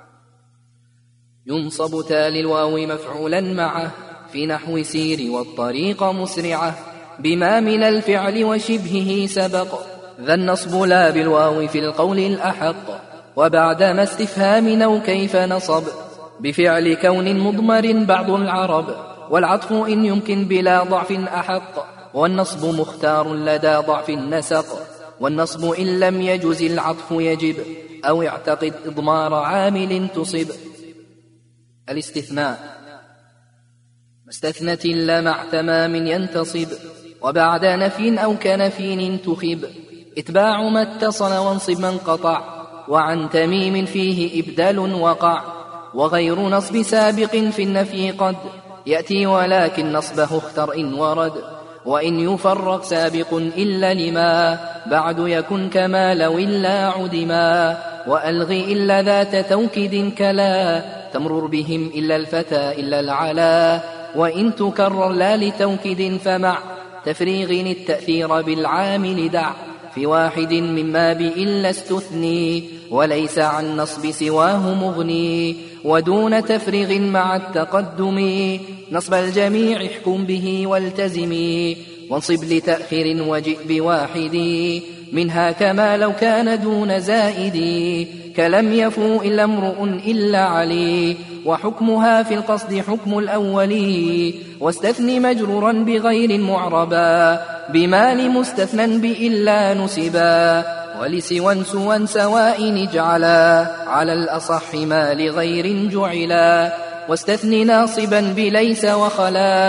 ينصب تالي الواو مفعولا معه، في نحو سير والطريق مسرعة، بما من الفعل وشبهه سبق، ذا النصب لا بالواو في القول الأحق، وبعدما استفهام أو كيف نصب، بفعل كون مضمر بعض العرب، والعطف إن يمكن بلا ضعف أحق، والنصب مختار لدى ضعف النسق، والنصب إن لم يجز العطف يجب، أو يعتقد إضمار عامل تصب. الاستثناء. ما استثنت إلا مع تمام ينتصب، وبعد نفي أو كنفي انتخب، اتباع ما اتصل وانصب من قطع، وعن تميم فيه إبدال وقع، وغير نصب سابق في النفي قد يأتي، ولكن نصبه اختر إن ورد، وإن يفرق سابق إلا لما بعد يكن كما لو إلا عدما، وألغي إلا ذات توكيد كلا تمرر بهم إلا الفتى إلا العلا، وإن تكرر لا لتوكيد فمع تفريغ التأثير بالعامل دع، في واحد مما بإلا استثني، وليس عن نصب سواه مغني، ودون تفريغ مع التقدم نصب الجميع احكم به والتزمي، وانصب لتأخير وجئ بواحد منها كما لو كان دون زائد، كلم يفو إلا امرؤ إلا علي، وحكمها في القصد حكم الأول، واستثن مجرورا بغير معربا، بما لمستثنى بإلا نسبا، ولسوى سوى سواء اجعلا، على الأصح ما لغير جعلا، واستثن ناصبا بليس وخلا،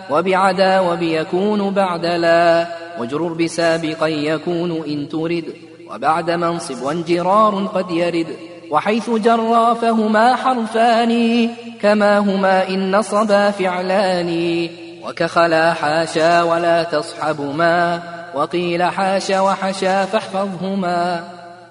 وبعدا وبيكون بعد لا، واجرر بسابقا يكون إن ترد، وبعد منصب وانجرار قد يرد، وحيث جرى فهما حرفان كما هما إن نصبا فعلان، وكخلا حاشا ولا تصحبما، وقيل حاشا وحشا فاحفظهما.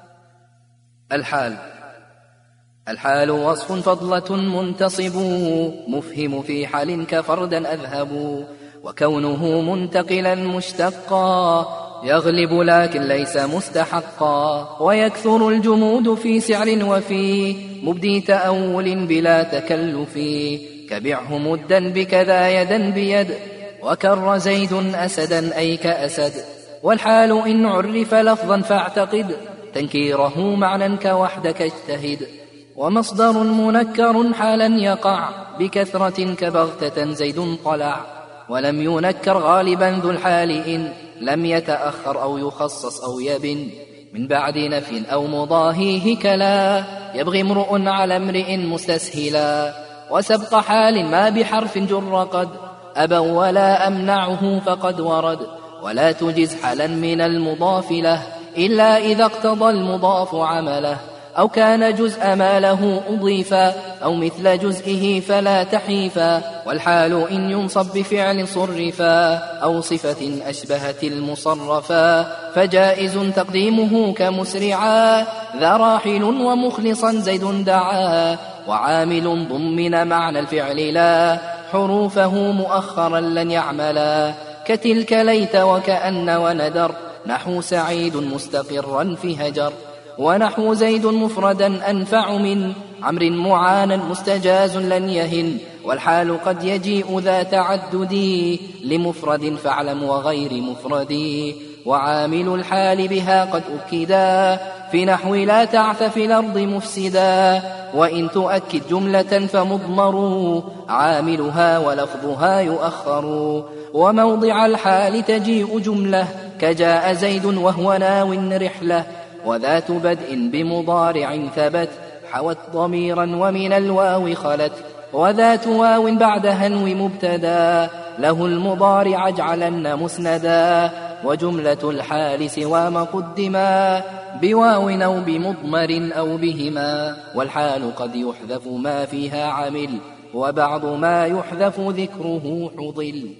الحال وصف فضلة منتصب، مفهم في حال كفردا أذهب، وكونه منتقلا مشتقا يغلب لكن ليس مستحقا، ويكثر الجمود في سعر وفي مبدي تأول بلا تكلف، كبعه مدا بكذا يدا بيد، وكر زيد أسدا أي كأسد. والحال إن عرف لفظا فاعتقد تنكيره معنى كوحدك اجتهد، ومصدر منكر حالا يقع بكثرة كبغتة زيد طلع، ولم ينكر غالبا ذو الحال إن لم يتأخر أو يخصص أو يبن، من بعد نفي أو مضاهيه كلا يبغي امرؤ على امرئ مستسهلا. وسبق حال ما بحرف جر قد أبوا ولا أمنعه فقد ورد، ولا تجز حالا من المضاف له إلا إذا اقتضى المضاف عمله، أو كان جزء ما له أضيفا أو مثل جزئه فلا تحيفا. والحال إن ينصب بفعل صرفا أو صفة أشبهت المصرفا، فجائز تقديمه كمسرعا ذا راحل ومخلصا زيد دعا، وعامل ضمن معنى الفعل لا حروفه مؤخرا لن يعملا، كتلك ليت وكأن وندر نحو سعيد مستقرا في هجر، ونحو زيد مفردا أنفع من عمر معانا مستجاز لن يهن. والحال قد يجيء ذا تعدد لمفرد فاعلم وغير مفرد، وعامل الحال بها قد أكدا في نحو لا تعث في الأرض مفسدا، وإن تؤكد جملة فمضمر عاملها ولفظها يؤخر. وموضع الحال تجيء جملة كجاء زيد وهو ناو رحلة، وذات بدء بمضارع ثبت حوت ضميرا ومن الواو خلت، وذات واو بعد هنو مبتدا له المضارع اجعلن مسندا، وجملة الحال سوى ما قدما بواو أو بمضمر أو بهما. والحال قد يحذف ما فيها عمل وبعض ما يحذف ذكره حضل.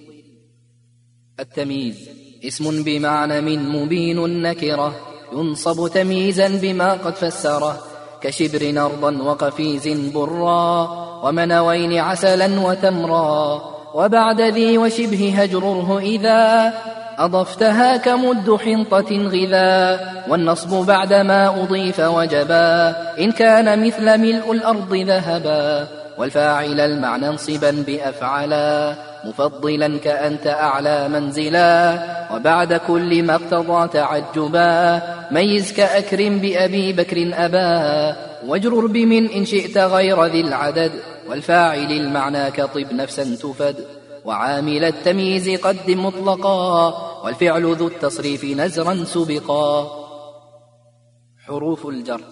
التمييز اسم بمعنى من مبين نكرة ينصب تمييزا بما قد فسره، كشبر أرضا وقفيز برا ومنوين عسلا وتمرا، وبعد ذي وشبه هجره إذا أضفتها كمد حنطة غذا، والنصب بعد ما أضيف وجبا إن كان مثل ملء الأرض ذهبا، والفاعل المعنى انصبا بأفعلا مفضلا كأنت أعلى منزلا، وبعد كل ما اقتضى تعجبا ميز كأكرم بأبي بكر أبا، واجرر بمن إن شئت غير ذي العدد، والفاعل المعنى كطب نفسا تفد، وعامل التمييز قدم مطلقا والفعل ذو التصريف نزرا سبقا. حروف الجر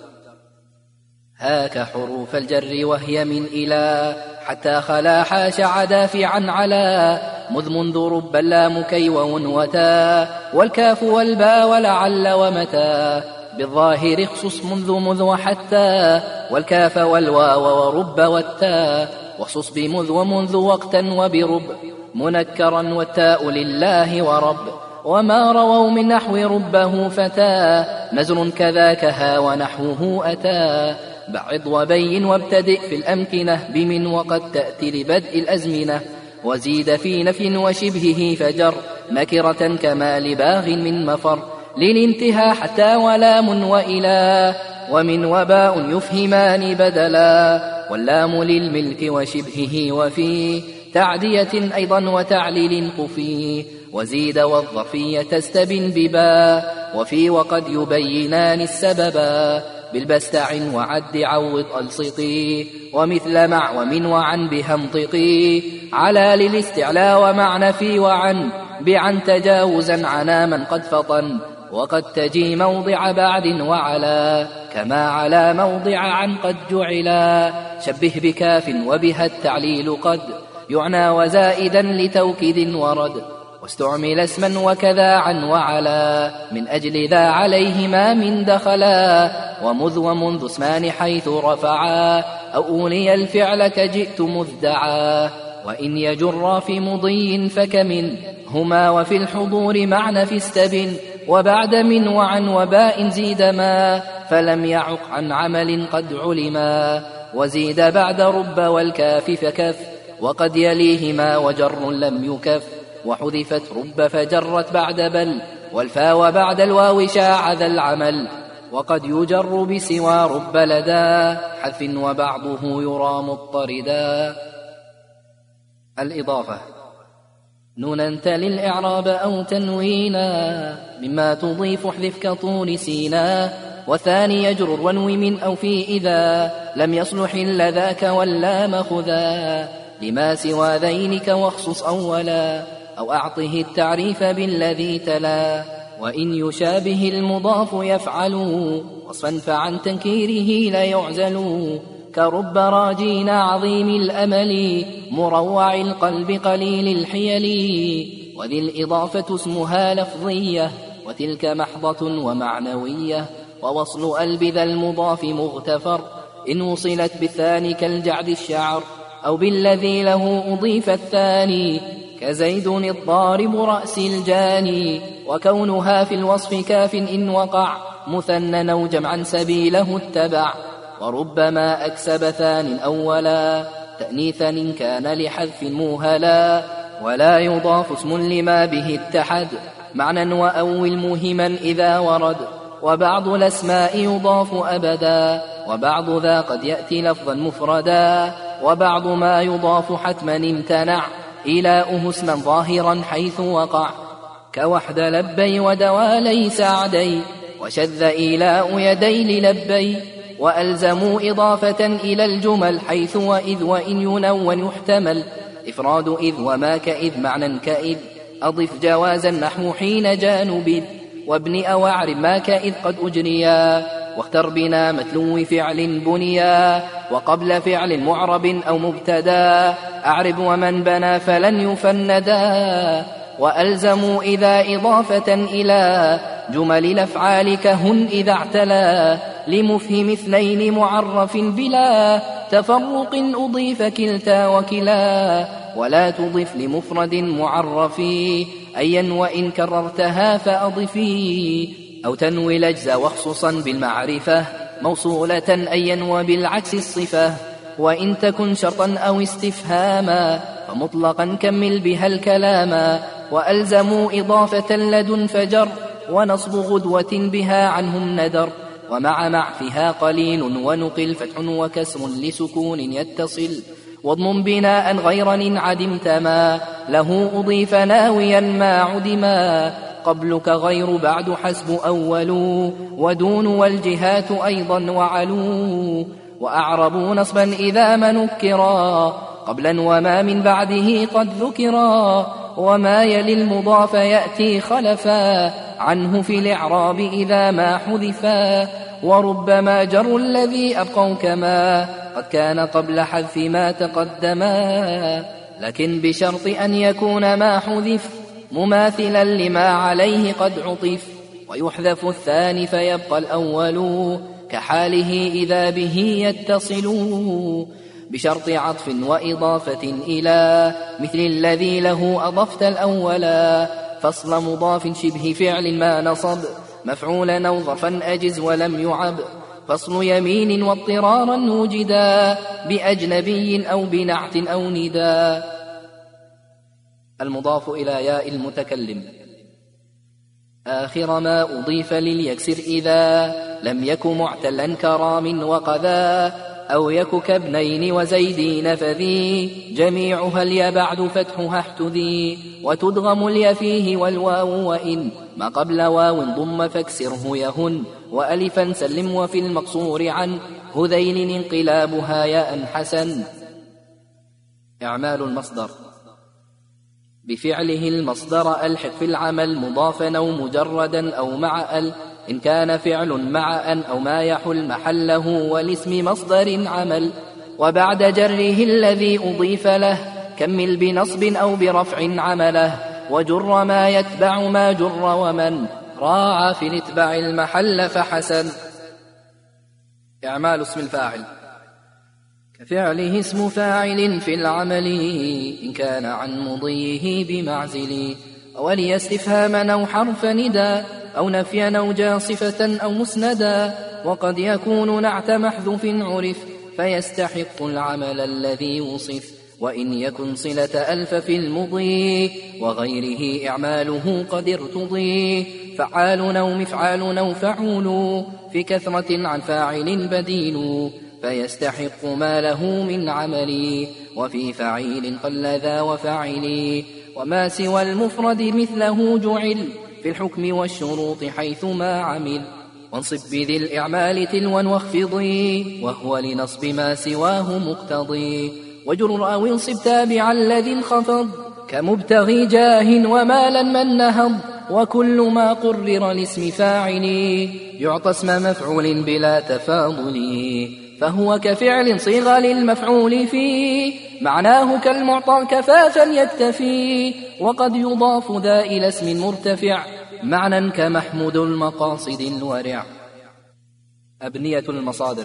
هاك حروف الجر وهي من إلى حتى خلا حاش عدا في عن علا، مذ منذ رب اللام كي وتا، والكاف والباء ولعل ومتى، بالظاهر اخصص منذ وحتى، والكاف والواو ورب والتا، واخصص بمذ ومنذ وقتا وبرب منكرا والتاء لله ورب، وما رووا من نحو ربه فتى نزر كذاك ها ونحوه أتى، بعض وبين وابتدئ في الأمكنة بمن وقد تأتي لبدء الأزمنة، وزيد في نفي وشبهه فجر نكرة كما لباغ من مفر، للانتهاء حتى ولام وإلى ومن وباء يفهمان بدلا، واللام للملك وشبهه وفي تعدية أيضا وتعليل قفي، وزيد والظرفية تستبن ببا وفي وقد يبينان السببا، بالبستع وعد عوض ألصقي ومثل مع ومن وعن بهمطقي، على للاستعلاء ومعنى في وعن بعن تجاوزا عنا من قد فطن، وقد تجي موضع بعد وعلا كما على موضع عن قد جعلا، شبه بكاف وبها التعليل قد يعنى وزائدا لتوكيد ورد، واستعمل اسما وكذا عن وعلا، من أجل ذا عليهما من دخلا، ومنذ اسمان حيث رفعا، أو أولي الفعل كجئت مذدعا، وإن يجر في مضي فكمن هما، وفي الحضور معنى في استبن، وبعد من وعن وباء زيد ما، فلم يعق عن عمل قد علما، وزيد بعد رب والكاف فكف، وقد يليهما وجر لم يكف، وحذفت رب فجرت بعد بل، والفا وبعد الواو شاع ذا العمل، وقد يجر بسوى رب لدى حذف وبعضه يرى مضطردا. الإضافة: نونا تل الإعراب أو تنوينا، مما تضيف احذف كطول سينا، والثاني يجر وانو من أو في إذا لم يصلح إلا ذاك واللام خذا، لما سوى ذينك واخصص أولا، أو أعطه التعريف بالذي تلا، وإن يشابه المضاف يفعل وصفا فعن تنكيره لا يعزل، كرب راجين عظيم الأمل مروع القلب قليل الحيل، وذي الإضافة اسمها لفظية، وتلك محضة ومعنوية، ووصل ألب ذا المضاف مغتفر، إن وصلت بالثاني كالجعد الشعر، أو بالذي له أضيف الثاني، كزيد الضارب رأس الجاني، وكونها في الوصف كاف إن وقع، مثنى أو جمعا سبيله اتبع، وربما أكسب ثان أولا، تأنيثا إن كان لحذف موهلا، ولا يضاف اسم لما به اتحد، معنى وأول مهما إذا ورد، وبعض الأسماء يضاف أبدا، وبعض ذا قد يأتي لفظا مفردا، وبعض ما يضاف حتما امتنع، إلاؤه اسما ظاهرا حيث وقع، كوحد لبي ودوالي سعدي، وشذ إيلاء يدي للبي، وألزموا إضافة إلى الجمل، حيث وإذ وإن ينون يحتمل، إفراد إذ وما كإذ معنى كإذ، أضف جوازا نحو حين جانب، وابن أو أعرب ما كإذ قد أجريا، واختر بنا متلو فعل بنيا، وقبل فعل معرب أو مبتدا، أعرب ومن بنى فلن يفندا، وألزموا إذا إضافة إلى جمل الأفعال كهن إذا اعتلى، لمفهم اثنين معرف بلا تفرق أضيف كلتا وكلا، ولا تضف لمفرد معرف أيا وإن كررتها فأضفي، أو تنوي الأجزاء وخصوصا بالمعرفة موصولة أيا وبالعكس الصفة، وإن تكن شرطا أو استفهاما فمطلقا كمل بها الكلاما، وألزموا إضافة لدن فجر، ونصب غدوة بها عنهم ندر، ومع فيها قليل ونقل فتح وكسر لسكون يتصل، واضمم بناء غير إن عدمت ما له أضيف ناويا ما عدما، قبلك غير بعد حسب أول، ودون والجهات أيضا وعلو، وأعربوا نصبا إذا ما نكرا قبلا، وما من بعده قد ذكرا، وما يلي المضاف يأتي خلفا عنه في الإعراب إذا ما حذفا، وربما جر الذي أبقوا كما قد كان قبل حذف ما تقدما، لكن بشرط أن يكون ما حذف مماثلا لما عليه قد عطف، ويحذف الثاني فيبقى الأول كحاله إذا به يتصل، بشرط عطف وإضافة إلى مثل الذي له أضفت الأولا، فصل مضاف شبه فعل ما نصب مفعولا أو ظرفا أجز ولم يعب، فصل يمين واضطرارا وجدا بأجنبي أو بنعت أو ندا. المضاف إلى ياء المتكلم آخر ما أضيف لليكسر إذا لم يك معتلا كرام وقذا، أو يك كابنين وزيدين فذي جميعها اليا بعد فتحها احتذي، وتدغم اليا فيه والواو وإن ما قبل واو ضم فاكسره يهن، وألفا سلم وفي المقصور عن هذيل انقلابها ياء حسن. إعمال المصدر بفعله المصدر ألحق في العمل مضافا أو مجردا أو مع إن كان فعل مع أن أو ما يحل محله والاسم مصدر عمل، وبعد جره الذي أضيف له كمل بنصب أو برفع عمله وجر ما يتبع ما جر ومن راعى في الاتباع المحل فحسن. إعمال اسم الفاعل كفعله اسم فاعل في العمل إن كان عن مضيه بمعزل ولي استفهاما أو حرف ندى أو نفيا أو جاصفة أو مسندا وقد يكون نعت محذوف عرف فيستحق العمل الذي وصف وإن يكن صلة ألف في المضي وغيره إعماله قد ارتضي فعال أو مفعال أو فعول في كثرة عن فاعل بديل فيستحق ما له من عمل وفي فعيل قل ذا وفعل وما سوى المفرد مثله جعل في الحكم والشروط حيث ما عمل وانصب بذي الإعمال تلوا واخفضي وهو لنصب ما سواه مقتضي وجر أو انصب تابعا الذي انخفض كمبتغي جاه ومالا من نهض وكل ما قرر لاسم فاعل يعطى اسم مفعول بلا تفاضل فهو كفعل صيغ للمفعول فيه معناه كالمعطى كفافا يكتفي وقد يضاف ذا إلى اسم مرتفع معنى كمحمود المقاصد الورع. أبنية المصادر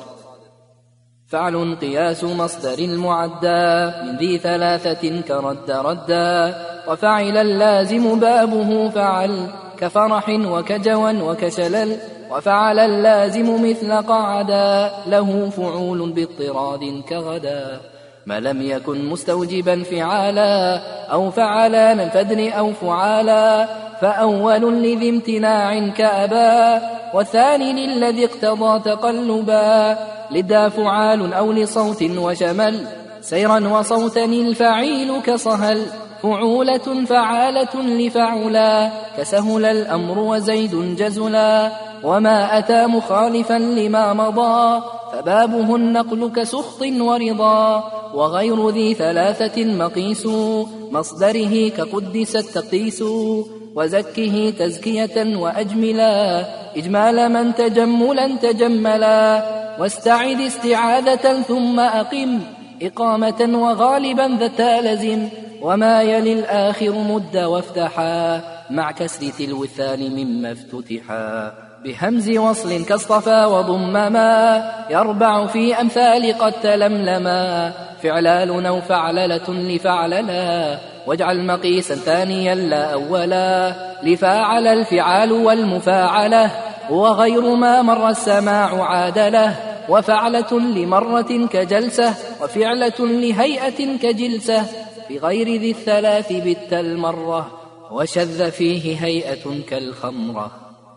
فعل قياس مصدر المعدى من ذي ثلاثة كرد ردا وفعل اللازم بابه فعل كفرح وكجوا وكشلل وفعل اللازم مثل قعدا له فعول باضطراد كغدا ما لم يكن مستوجبا فعالا أو فعلانا فدن أو فعالا فأول لذي امتناع كأبا والثاني للذي اقتضى تقلبا لدى فعال أو لصوت وشمل سيرا وصوتا الفعيل كصهل فعولة فعالة لفعلا كسهل الأمر وزيد جزلا وما أتى مخالفا لما مضى فبابه النقل كسخط ورضا وغير ذي ثلاثة مقيس مصدره كقدس التقيس وزكه تزكية وأجملا إجمال من تجملا تجملا واستعد استعاذة ثم أقم إقامة وغالبا ذا لزم وما يلي الآخر مد وافتحا مع كسر تلو الثاني مما افتتحا بهمز وصل كاصطفى وضمما يربع في أمثال قد تلملما فعلال أو فعللة لفعللا واجعل مقيسا ثانيا لا أولا لفاعل الفعال والمفاعلة وغير ما مر السماع عادله وفعلة لمرة كجلسة وفعلة لهيئة كجلسة بغير ذي الثلاث بت المرة وشذ فيه هيئة كالخمرة.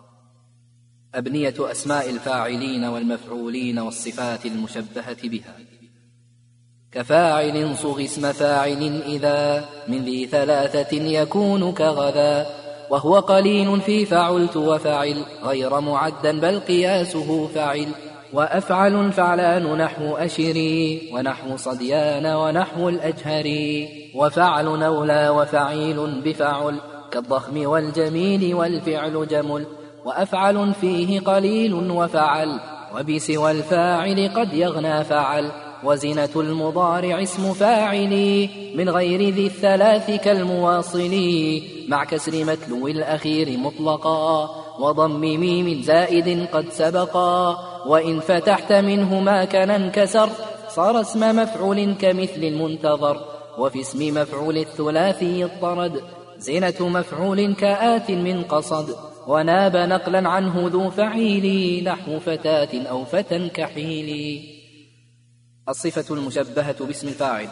أبنية أسماء الفاعلين والمفعولين والصفات المشبهة بها كفاعل صغ اسم فاعل إذا من ذي ثلاثة يكون كغذا وهو قليل في فعلت وفعل غير معدا بل قياسه فعل وأفعل فعلان نحو أشري ونحو صديان ونحو الأجهري وفعل نولى وفعيل بفعل كالضخم والجميل والفعل جمل وأفعل فيه قليل وفعل وبسوى الفاعل قد يغنى فعل وزنة المضارع اسم فاعل من غير ذي الثلاث كالمواصل مع كسر متلو الأخير مطلقا وضم ميم زائد قد سبقا وإن فتحت منه ما كان انكسر صار اسم مفعول كمثل المنتظر وفي اسم مفعول الثلاثي اضطرد زنة مفعول كآت من قصد وناب نقلا عنه ذو فعيل نحو فتاة أو فتى كحيل. الصفة المشبهة باسم الفاعل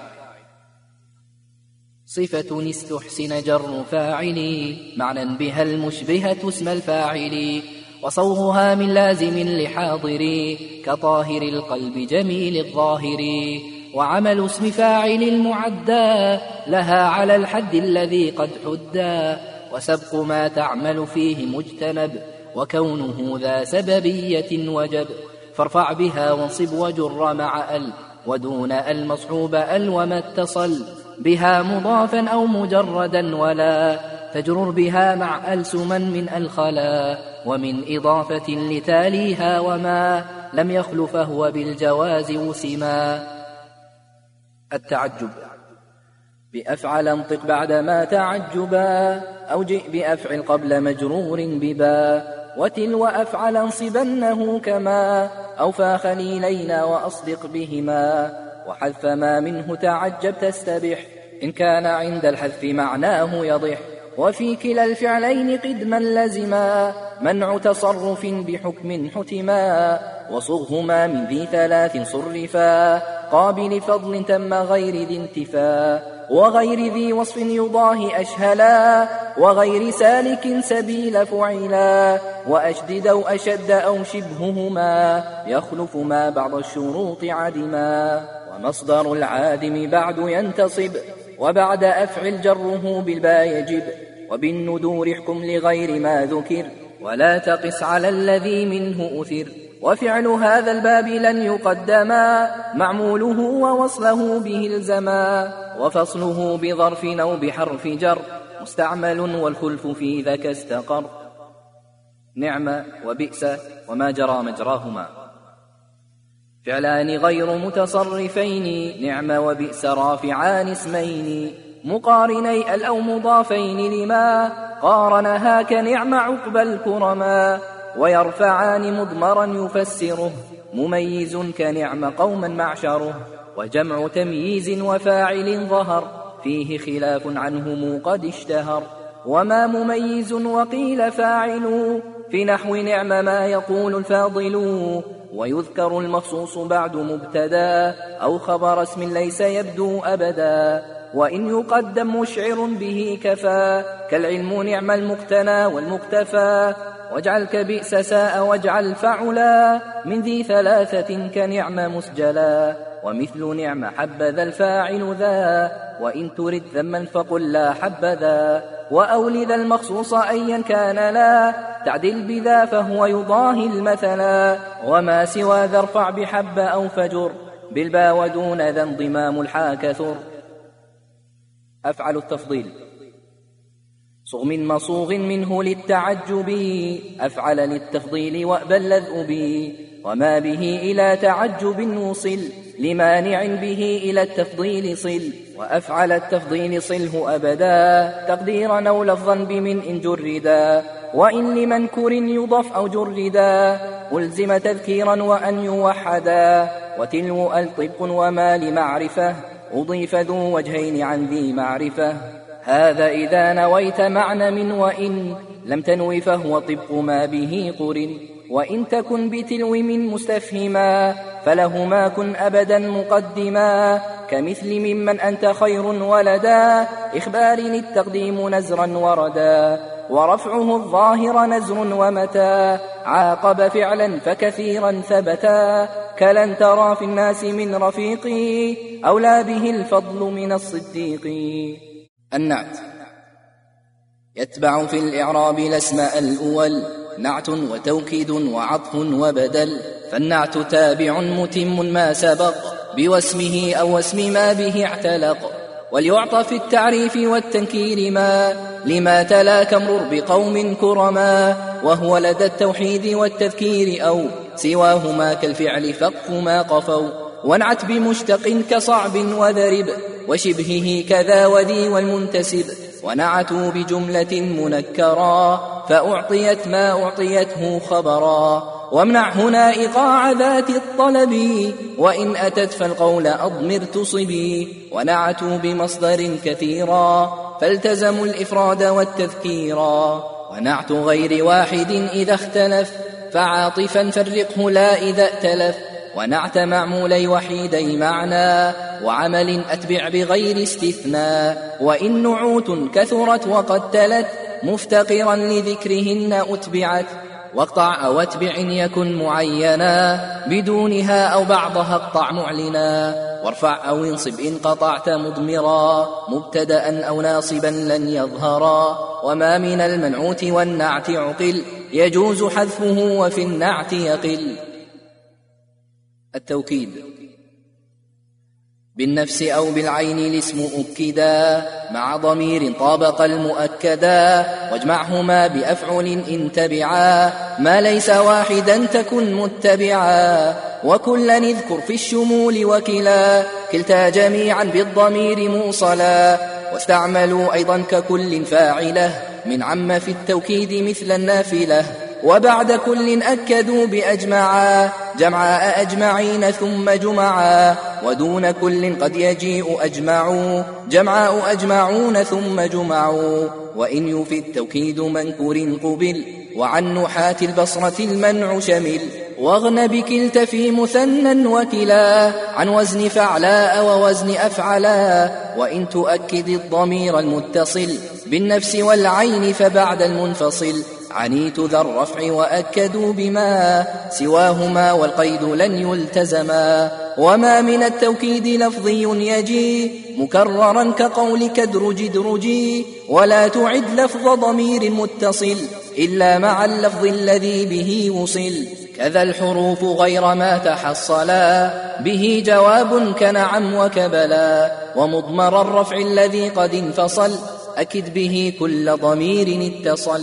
صفة استحسن جر فاعل معنى بها المشبهة اسم الفاعل وصوغها من لازم لحاضر كطاهر القلب جميل الظاهر وعمل اسم فاعل المعدى لها على الحد الذي قد حدى وسبق ما تعمل فيه مجتنب وكونه ذا سببية وجب فارفع بها وانصب وجر مع ال ودون المصحوب ال وما اتصل بها مضافا أو مجردا ولا تجرر بها مع ال سما من الخلا ومن إضافة لتاليها وما لم يخل فهو بالجواز وسما. التعجب بأفعل انطق بعدما تعجبا، أو جئ بأفعل قبل مجرور ببا، وتلو أفعل انصبنه كما، أو فا خليلين وأصدق بهما، وحذف ما منه تعجب تستبح، إن كان عند الحذف معناه يضح، وفي كلا الفعلين قدما لزما، منع تصرف بحكم حتما، وصغهما من ذي ثلاث صرفا، قابل فضل تم غير ذي انتفا، وغير ذي وصف يضاهي أشهلا، وغير سالك سبيل فعلا، وأشدد أو أشد أو شبههما، يخلف ما بعض الشروط عدما، ومصدر العادم بعد ينتصب، وبعد أفعل جره بالباء يجب، وبالندور احكم لغير ما ذكر، ولا تقس على الذي منه أثر، وفعل هذا الباب لن يقدما، معموله ووصله به الزما، وفصله بظرف أو بحرف جر، مستعمل والخلف في ذاك استقر، نعم وبئس وما جرى مجراهما، فعلان غير متصرفين، نعم وبئس رافعان اسمين، مقارني أو مضافين لما قارنها كنعم عقب الكرما، ويرفعان مضمرا يفسره، مميز كنعم قوما معشره، وجمع تمييز وفاعل ظهر، فيه خلاف عنهم قد اشتهر، وما مميز وقيل فاعل، في نحو نعم ما يقول الفاضل، ويذكر المخصوص بعد مبتدا، أو خبر اسم ليس يبدو أبدا، وإن يقدم مشعر به كفى، كالعلم نعم المقتنى والمقتفى، واجعل كبئس ساء واجعل فعلا، من ذي ثلاثة كنعم مسجلا، ومثل نعم حبذا الفاعل ذا، وإن ترد ذما فقل لا حبذا، وأولد المخصوص أيا كان لا تعدل بذا، فهو يضاهي المثلا، وما سوى ذا ارفع بحب أو فجر، بالبا ودون ذا انضمام الحا كثر. أفعل التفضيل صغ من مصوغ منه للتعجب، أفعل للتفضيل وأبل الذؤب، وما به إلى تعجب وصل، لمانع به إلى التفضيل صل، وأفعل التفضيل صله أبدا، تقديرا أو لفظا بمن إن جردا، وإن لمنكر يضف أو جردا، ألزم تذكيرا وأن يوحدا، وتلو الطبق وما لمعرفة، أضيف ذو وجهين عن ذي معرفة، هذا إذا نويت معنى من، وإن لم تنوي فهو طبق ما به قرن، وإن تكن بتلو من مستفهما، فلهما كن أبدا مقدما، كمثل ممن أنت خير ولدا، إخبار التقديم نزرا وردا، ورفعه الظاهر نزر ومتى، عاقب فعلا فكثيرا ثبتا، كلن ترى في الناس من رفيقي، أولى به الفضل من الصديق. النعت يتبع في الإعراب الأسماء الأول، نعت وتوكيد وعطف وبدل، فالنعت تابع متم ما سبق، بواسمه أو اسم ما به اعتلق، وليعطى في التعريف والتنكير ما لما تلا كمرر بقوم كرما، وهو لدى التوحيد والتذكير أو سواهما كالفعل فقف ما قفوا، وانعت بمشتق كصعب وذرب، وشبهه كذا وذي والمنتسب، ونعتوا بجملة منكرا، فأعطيت ما أعطيته خبرا، وامنع هنا إيقاع ذات الطلب، وإن أتت فالقول أضمر تصبي، ونعتوا بمصدر كثيرا، فالتزموا الإفراد والتذكيرا، ونعت غير واحد إذا اختلف، فعاطفا فرقه لا إذا ائتلف، ونعت معمولي وحيدي معنى، وعمل أتبع بغير استثناء، وإن نعوت كثرت وقد تلت، مفتقرا لذكرهن أتبعت، واقطع أو اتبع إن يكن معينا، بدونها أو بعضها اقطع معلنا، وارفع أو انصب إن قطعت مضمرا، مبتدأ أو ناصبا لن يظهرا، وما من المنعوت والنعت عقل، يجوز حذفه وفي النعت يقل. التوكيد بالنفس أو بالعين الاسم أكدا مع ضمير طابق المؤكدا واجمعهما بأفعل إن تبعا ما ليس واحدا تكن متبعا وكلا اذكر في الشمول وكلا كلتا جميعا بالضمير موصلا واستعملوا أيضا ككل فاعله من عم في التوكيد مثل النافلة وبعد كل أكدوا بأجمعا جمعاء أجمعين ثم جمعا ودون كل قد يجيء أجمعوا جمعاء أجمعون ثم جمعوا وإن يفي التوكيد منكر قبل وعن نحاة البصرة المنع شمل واغن بكلت في مثنى وكلا عن وزن فعلاء ووزن أفعلا وإن تؤكد الضمير المتصل بالنفس والعين فبعد المنفصل عنيت ذا الرفع وأكدوا بما سواهما والقيد لن يلتزما وما من التوكيد لفظي يجي مكررا كقولك ادرج ادرجي ولا تعد لفظ ضمير متصل إلا مع اللفظ الذي به وصل كذا الحروف غير ما تحصلا به جواب كنعم وكبلا ومضمر الرفع الذي قد انفصل أكد به كل ضمير اتصل.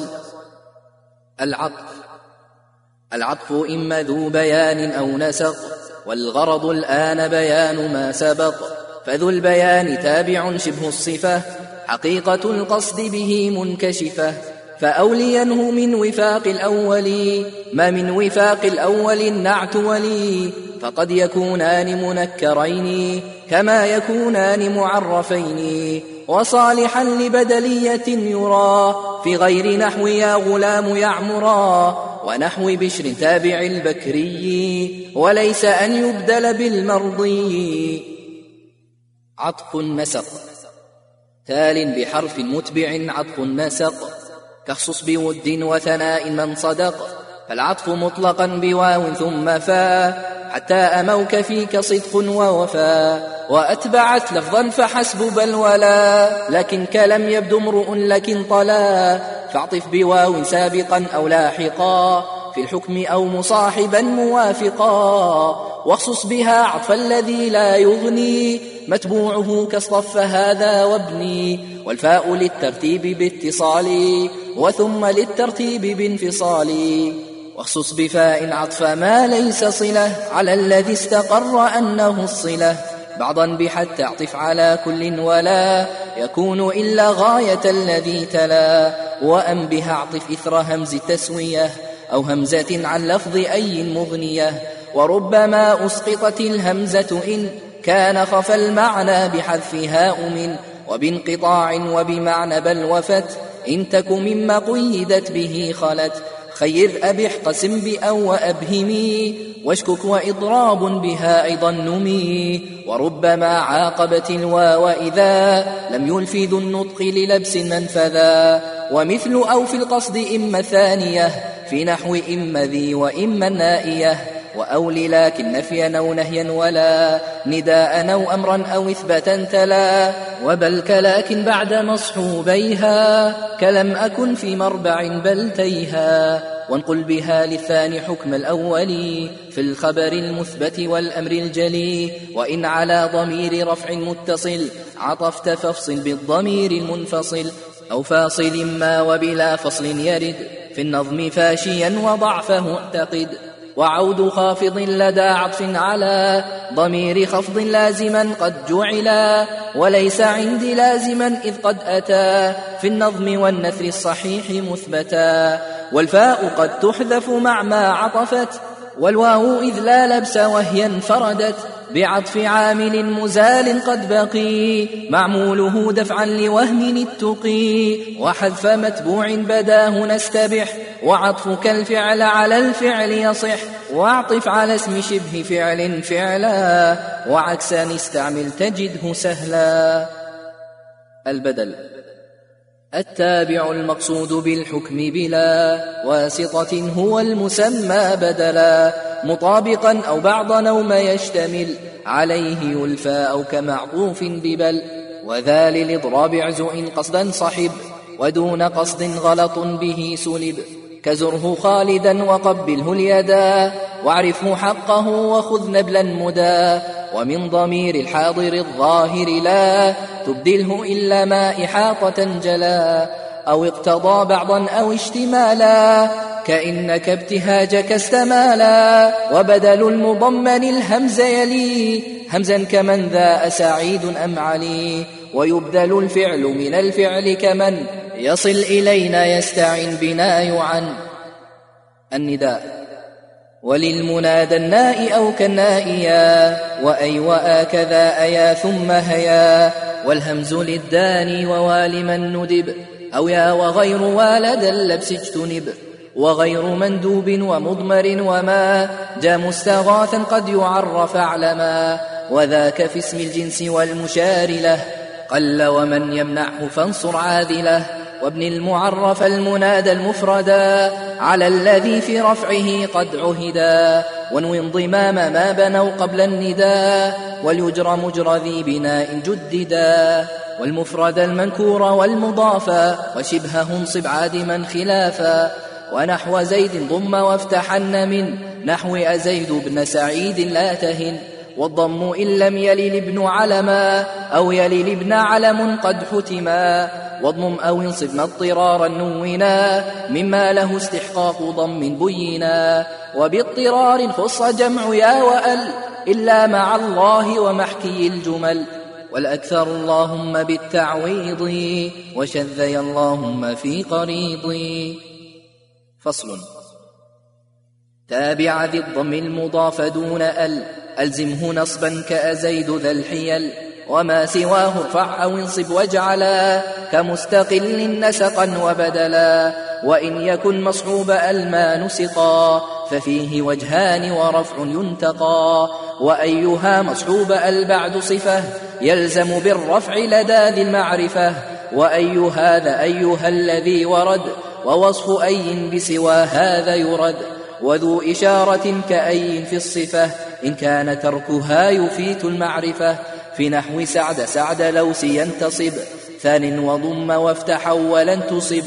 العطف إما ذو بيان أو نسق والغرض الآن بيان ما سبق فذو البيان تابع شبه الصفة حقيقة القصد به منكشفة فأولينه من وفاق الأول ما من وفاق الأول النعت ولي فقد يكونان منكرين كما يكونان معرفين وصالحا لبدلية يرى في غير نحو يا غلام يعمرا ونحو بشر تابع البكري وليس أن يبدل بالمرضي. عطف النسق تال بحرف متبع عطف النسق كخصص بود وثناء من صدق فالعطف مطلقا بواو ثم فا حتى أموك فيك صدق ووفا وأتبعت لفظا فحسب بل ولا لكن كلم يبدو امرؤ لكن طلا فاعطف بواو سابقا أو لاحقا في الحكم أو مصاحبا موافقا واخصص بها عطف الذي لا يغني متبوعه كاصطف هذا وابني والفاء للترتيب باتصال وثم للترتيب بانفصال واخصص بفاء عطف ما ليس صلة على الذي استقر أنه الصلة بعضا بحتى اعطف على كل ولا يكون إلا غاية الذي تلا وأن بها اعطف إثر همز التسوية أو همزة عن لفظ أي مغنية وربما أسقطت الهمزة إن كان خفى المعنى بحذفها أمن وبانقطاع وبمعنى بل وفت إن تك مما قيدت به خلت خير أبح قسم بأو وأبهمي واشكك وإضراب بها أيضا نمي وربما عاقبت الواو إذا لم يلفظ النطق للبس منفذا ومثل أو في القصد إما ثانية في نحو إما ذي وإما النائية وأول لكن نفيا أو نهيا ولا نداء أو أمرا أو إثباتا تلا وبل كلاكن بعد مصحوبيها كلم أكن في مربع بل تيها وانقل بها للثاني حكم الأول في الخبر المثبت والأمر الجلي وإن على ضمير رفع متصل عطفت فافصل بالضمير المنفصل أو فاصل ما وبلا فصل يرد في النظم فاشيا وضعفه اعتقد وعود خافض لدى عطف على ضمير خفض لازما قد جعلا وليس عندي لازما إذ قد أتى في النظم والنثر الصحيح مثبتا والفاء قد تحذف مع ما عطفت والواو إذ لا لبس وهي انفردت بعطف عامل مزال قد بقي معموله دفعا لوهم التقي وحذف متبوع بداه نستبح وعطفك الفعل على الفعل يصح واعطف على اسم شبه فعل فعلا وعكسا استعمل تجده سهلا. البدل التابع المقصود بالحكم بلا واسطة هو المسمى بدلا مطابقا أو بعض نوم يشتمل عليه يلفى أو كمعطوف ببل وذا للإضراب عزو إن قصدا صحب ودون قصد غلط به سلب كزره خالدا وقبله اليدا واعرفه حقه وخذ نبلا مدا ومن ضمير الحاضر الظاهر لا تبدله إلا ما إحاطة جلا أو اقتضى بعضا أو اشتمالا كإنك ابتهاجك استمالا وبدل المضمن الهمز يلي همزا كمن ذا أسعيد أم علي ويبدل الفعل من الفعل كمن يصل إلينا يستعن بنا يعن. النداء وللمنادى الناء أو كالنائيا وأي وآكذا أيا ثم هيا والهمز للداني ووال من ندب أو يا وغير والد اللبس اجتنب وغير مندوب ومضمر وما جاء مستغاثا قد يعرف علما وذاك في اسم الجنس والمشار له قل ومن يمنعه فانصر عاذله وابن المعرف المنادى المفردا على الذي في رفعه قد عهدا وانو انضمام ما بنوا قبل النداء وليجرى مجرى ذي بناء جددا والمفرد المنكور والمضافا وشبهه انصب عادما خلافا ونحو زيد ضم وافتحن من نحو أزيد بن سعيد لا تهن والضم إن لم يلل ابن علما أو يلل ابن علم قد حتما واضمم أو انصب اضطرارا نونا مما له استحقاق ضم بينا وباضطرار خص جمع يا وأل إلا مع الله ومحكي الجمل والأكثر اللهم بالتعويض وشذي اللهم في قريض. فصل. تابع ذي الضم المضاف دون ألزمه نصبا كأزيد ذا الحيل وما سواه ارفع أو انصب واجعلا كمستقل نسقا وبدلا وإن يكن مصحوب ما نسقا ففيه وجهان ورفع ينتقى وأيها مصحوب بعد صفة يلزم بالرفع لدى ذي المعرفة وأي هذا أيها الذي ورد ووصف أي بسوى هذا يرد وذو إشارة كأي في الصفة إن كان تركها يفيت المعرفة في نحو سعد سعد لوس ينتصب ثان وضم وافتح ولن تصب.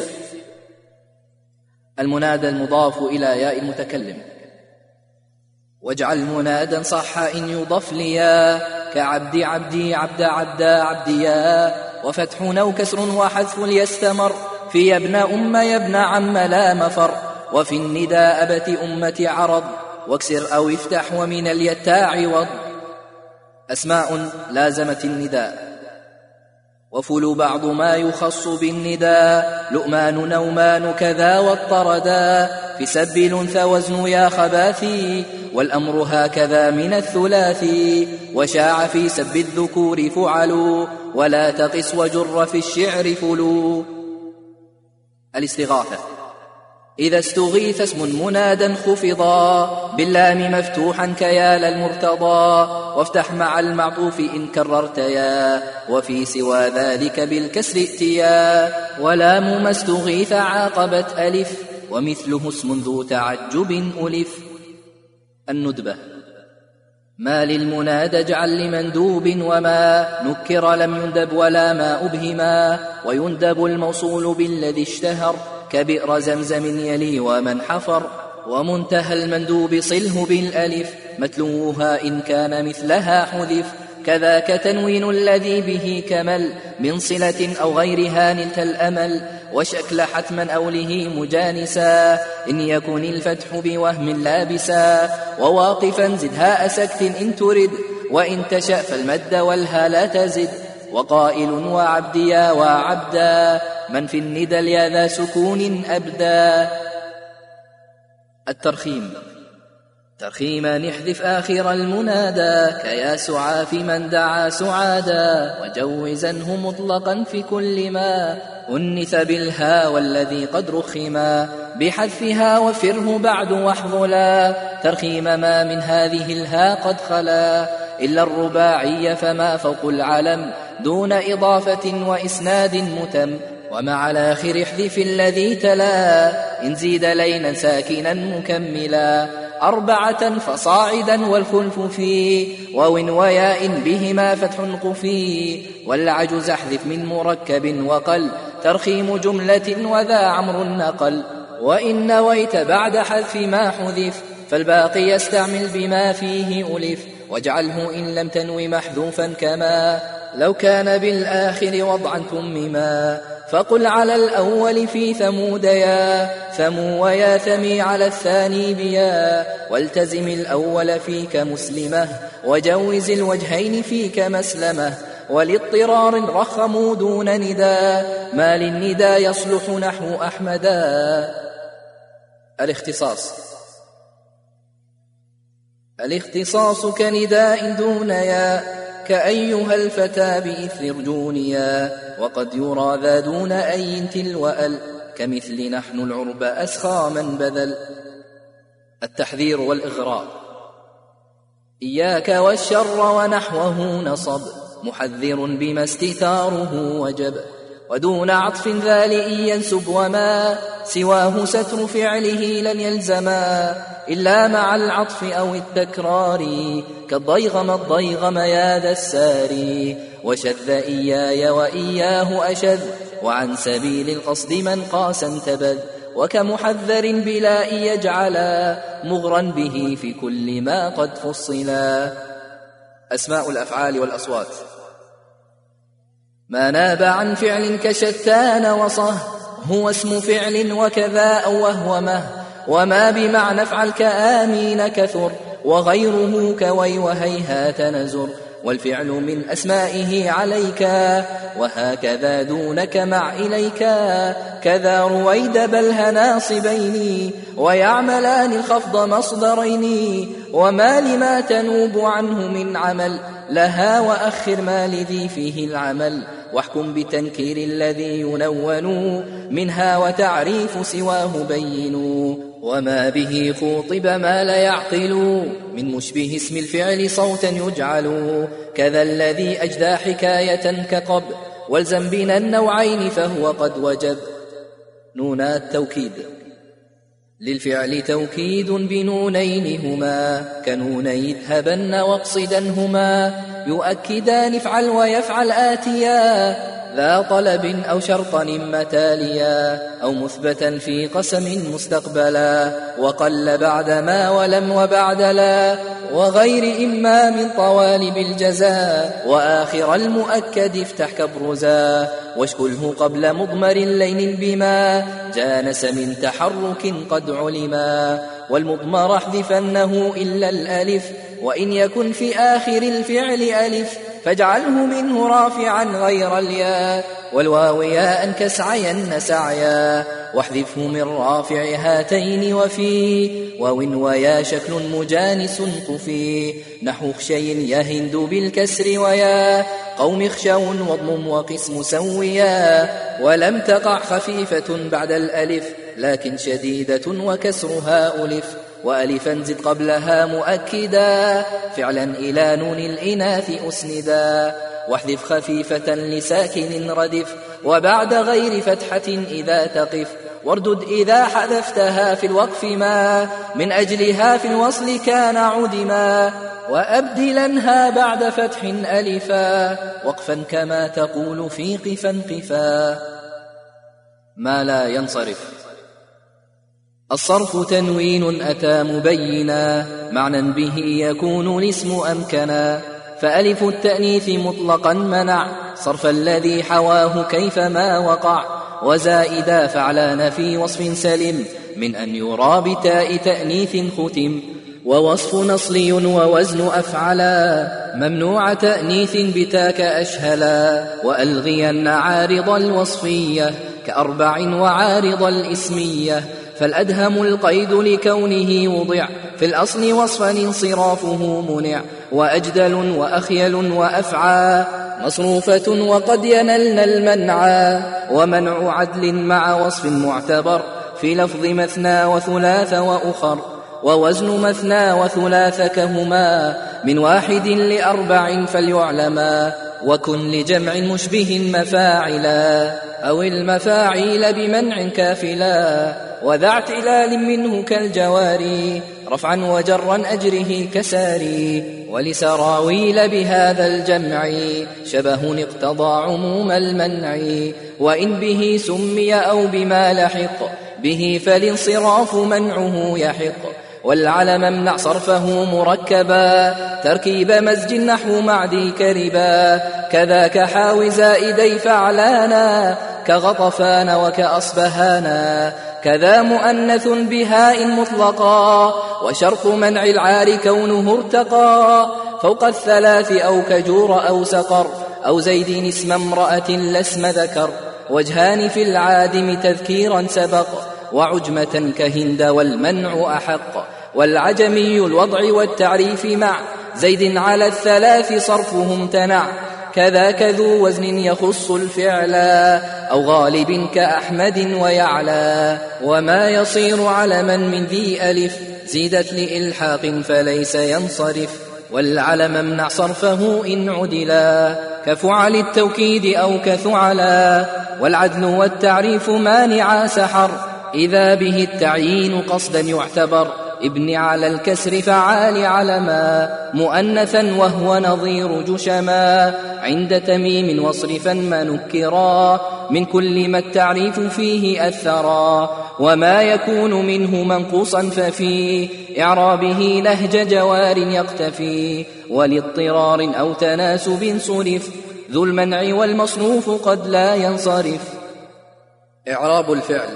المنادى المضاف إلى ياء المتكلم واجعل منادا صح إن يضف ليا كعبد عبدي عبد عبدا عبديا وفتح أو كسر وحذف ليستمر في يا ابن يا ابن عم لا مفر وفي النداء أبت أمة عرض واكسر أو افتح ومن اليتاع عوض. أسماء لازمت النداء وفل بعض ما يخص بالنداء لؤمان نومان كذا واضطردا في سب الأنثى وزن يا خباثي والأمر هكذا من الثلاثي وشاع في سب الذكور فعلوا ولا تقس وجر في الشعر فلو. الاستغاثة إذا استغيث اسم منادا خفضا باللام مفتوحا كيال المرتضى وافتح مع المعطوف إن كررت يا وفي سوى ذلك بالكسر ائتيا ولام ما استغيث عاقبت ألف ومثله اسم ذو تعجب ألف. الندبة ما للمنادى اجعل لمندوب وما نكر لم يندب ولا ما أبهما ويندب الموصول بالذي اشتهر كبئر زمزم يلي ومن حفر ومنتهى المندوب صله بالألف متلوها إن كان مثلها حذف كذاك تنوين الذي به كمل من صلة أو غيرها نلت الأمل وشكل حتما أوله مجانسا إن يكن الفتح بوهم لابسا وواقفا زدها أسكت إن ترد وإن تشأ فالمد والها لا تزد وقائل وعبديا وعبدا من في الندى اليا ذا سكون أبدا. الترخيم ترخيما نحذف آخر المنادى كيا سعى في من دعا سعادا وجوزنه مطلقا في كل ما أنث بالها والذي قد رخما بحذفها وفره بعد واحظلا ترخيم ما من هذه الها قد خلا إلا الرباعي فما فوق العلم دون إضافة وإسناد متم ومع الآخر احذف الذي تلا إن زيد لينا ساكنا مكملا أربعة فصاعدا والخلف فيه وون وياء بهما فتح قفي والعجز احذف من مركب وقل ترخيم جملة وذا عمر نقل وإن نويت بعد حذف ما حذف فالباقي يستعمل بما فيه ألف واجعله إن لم تنو محذوفا كما لو كان بالآخر وضعا تمما. فقل على الأول في ثمود يا ثمو ويا ثمي على الثاني بيا، والتزم الأول فيك مسلمة وجوز الوجهين فيك مسلمة. ولاضطرار رخموا دون ندى ما للندى يصلح نحو أحمدا. الاختصاص كنداء دون يا كأيها الفتى بإثر ارجونيا، وقد يرى ذا دون أي تلو أل كمثل نحن العرب أسخى من بذل. التحذير والإغراء. إياك والشر ونحوه نصب محذر بما استثاره وجب، ودون عطف ذا لئن ينسب وما سواه ستر فعله لن يلزما إلا مع العطف أو التكرار كالضيغم الضيغم يا ذا الساري. وشذ إياي وإياه أشذ وعن سبيل القصد من قاسا انتبذ، وكمحذر بلا يجعلا مغرا به في كل ما قد فصلا. أسماء الأفعال والأصوات. ما ناب عن فعل كشتان وصه هو اسم فعل وكذا أو وهومه، وما بمعنى افعل كآمين كثر وغيره كوي وهيهات نزر. والفعل من أسمائه عليك وهكذا دونك مع إليك، كذا رويد بل ناصبين ويعملان الخفض مصدرين. وما لما تنوب عنه من عمل لها وأخر ما لذي فيه العمل، واحكم بتنكير الذي ينون منها وتعريف سواه بينوا. وما به خوطب ما لا يعقل من مشبه اسم الفعل صوتا يجعل، كذا الذي أجدى حكاية كقب والزم بنا النوعين فهو قد وجب. نونا التوكيد. للفعل توكيد بنونين هما كنوني اذهبن واقصدنهما، يؤكدان افعل ويفعل آتيا ذا طلب أو شرطا إما تاليا أو مثبتا في قسم مستقبلا، وقل بعد ما ولم وبعد لا وغير إما من طوالب الجزاء. وآخر المؤكد افتح كبرزا واشكله قبل مضمر لين بما جانس من تحرك قد علما. والمضمر احذفنه إلا الألف وإن يكن في آخر الفعل ألف فاجعله منه رافعا غير الياء، والواو ياء كسعين سعيا واحذفه من رافع هاتين. وفي واو ويا شكل مجانس طفي نحو خشي يهند بالكسر ويا قوم خشون واضمم وقسم سويا. ولم تقع خفيفة بعد الألف لكن شديدة وكسرها ألف، وألفا زد قبلها مؤكدا فعلا إلى نون الإناث أسندا. واحذف خفيفة لساكن ردف وبعد غير فتحة إذا تقف، واردد إذا حذفتها في الوقف ما من أجلها في الوصل كان عدما. وأبدلنها بعد فتح ألفا وقفا كما تقول في قفا قفا. ما لا ينصرف. الصرف تنوين أتى مبينا معنى به يكون الاسم أمكنا، فألف التأنيث مطلقا منع صرف الذي حواه كيفما وقع، وزائدا فعلان في وصف سلم من أن يرى بتاء تأنيث ختم. ووصف نصلي ووزن أفعلا ممنوع تأنيث بتاك أشهلا، وألغين عارض الوصفية كأربع وعارض الإسمية. فالأدهم القيد لكونه وضع في الأصل وصفا انصرافه منع، وأجدل وأخيل وأفعى مصروفة وقد ينلن المنعى. ومنع عدل مع وصف معتبر في لفظ مثنى وثلاث وأخر، ووزن مثنى وثلاث كهما من واحد لأربع فليعلما. وكن لجمع مشبه مفاعلا أو المفاعيل بمنع كافلا، وذا اعتلال منه كالجواري رفعا وجرا أجره كساري. ولسراويل بهذا الجمع شبه اقتضى عموم المنع، وإن به سمي أو بما لحق به فالانصراف منعه يحق. والعلم امنع صرفه مركبا تركيب مزج نحو معدي كربا كذاك حاو زائدي فعلانا كغطفان وكأصبهانا كذا مؤنث بهاء مطلقا وشرط منع العار كونه ارتقى فوق الثلاث أو كجور أو سقر أو زيد اسم امرأة لا اسم ذكر وجهان في العادم تذكيرا سبق وعجمة كهند والمنع أحق والعجمي الوضع والتعريف مع زيد على الثلاث صرفه امتنع كذاك ذو وزن يخص الفعلا أو غالب كأحمد ويعلى وما يصير علما من ذي ألف زيدت لإلحاق فليس ينصرف والعلم امنع صرفه إن عدلا كفعل التوكيد أو كثعلا والعدل والتعريف مانعا سحر إذا به التعيين قصدا يعتبر ابن على الكسر فعال علما مؤنثا وهو نظير جشما عند تميم واصرفا ما نكرا من كل ما التعريف فيه أثرا وما يكون منه منقوصا ففي إعرابه نهج جوار يقتفي ولاضطرار أو تناسب صرف ذو المنع والمصروف قد لا ينصرف. إعراب الفعل: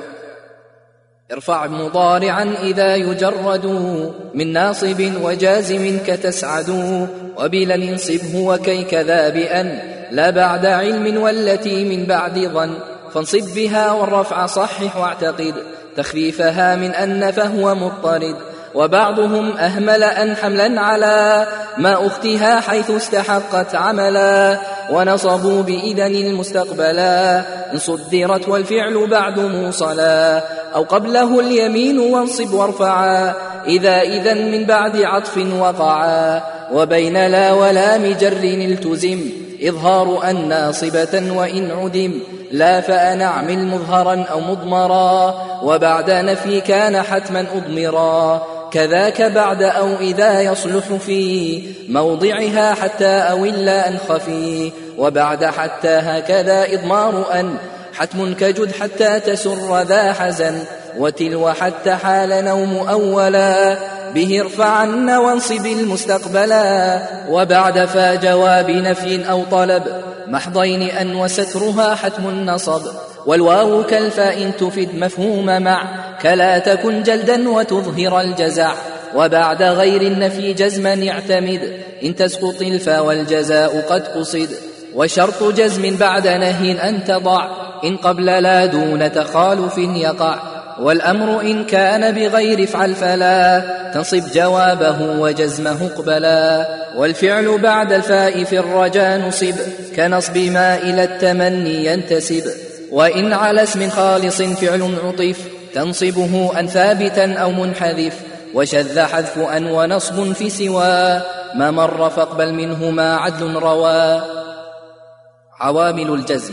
ارفع مضارعا إذا يجرد من ناصب وجازم كتسعد وبلا انصبه وكي كذا بأن لا بعد علم والتي من بعد ظن فانصب بها والرفع صحح واعتقد تخفيفها من أن فهو مضطرد وبعضهم أهمل أن حملا على ما أختها حيث استحقت عملا ونصبوا بإذن المستقبلا إن صدرت والفعل بعد موصلا أو قبله اليمين وانصب وارفعا إذا إذن من بعد عطف وقعا وبين لا ولام جر التزم إظهار أن ناصبة وإن عدم لا فأنعمل مظهرا أو مضمرا وبعد نفي كان حتما أضمرا كذاك بعد أو إذا يصلح في موضعها حتى أو إلا أن خفي وبعد حتى هكذا إضمار أن حتم كجد حتى تسر ذا حزن وتلو حتى حال نوم أولا به ارفعن وانصب المستقبلا وبعد فا جواب نفي أو طلب محضين أن وسترها حتم النصب والواو كالفاء تفد مفهوم مع كلا تكن جلدا وتظهر الجزع وبعد غير النفي جزما اعتمد إن تسقط الفا والجزاء قد قصد وشرط جزم بعد نهي أن تضع إن قبل لا دون تخالف يقع والأمر إن كان بغير افعل فلا تنصب جوابه وجزمه اقبلا والفعل بعد الفاء في الرجا نصب كنصب ما إلى التمني ينتسب وإن على اسم خالص فعل عطف تنصبه أن ثابتا أو منحذف وشذ حذف أن ونصب في سوى ما مر فاقبل منهما عدل روى. عوامل الجزم: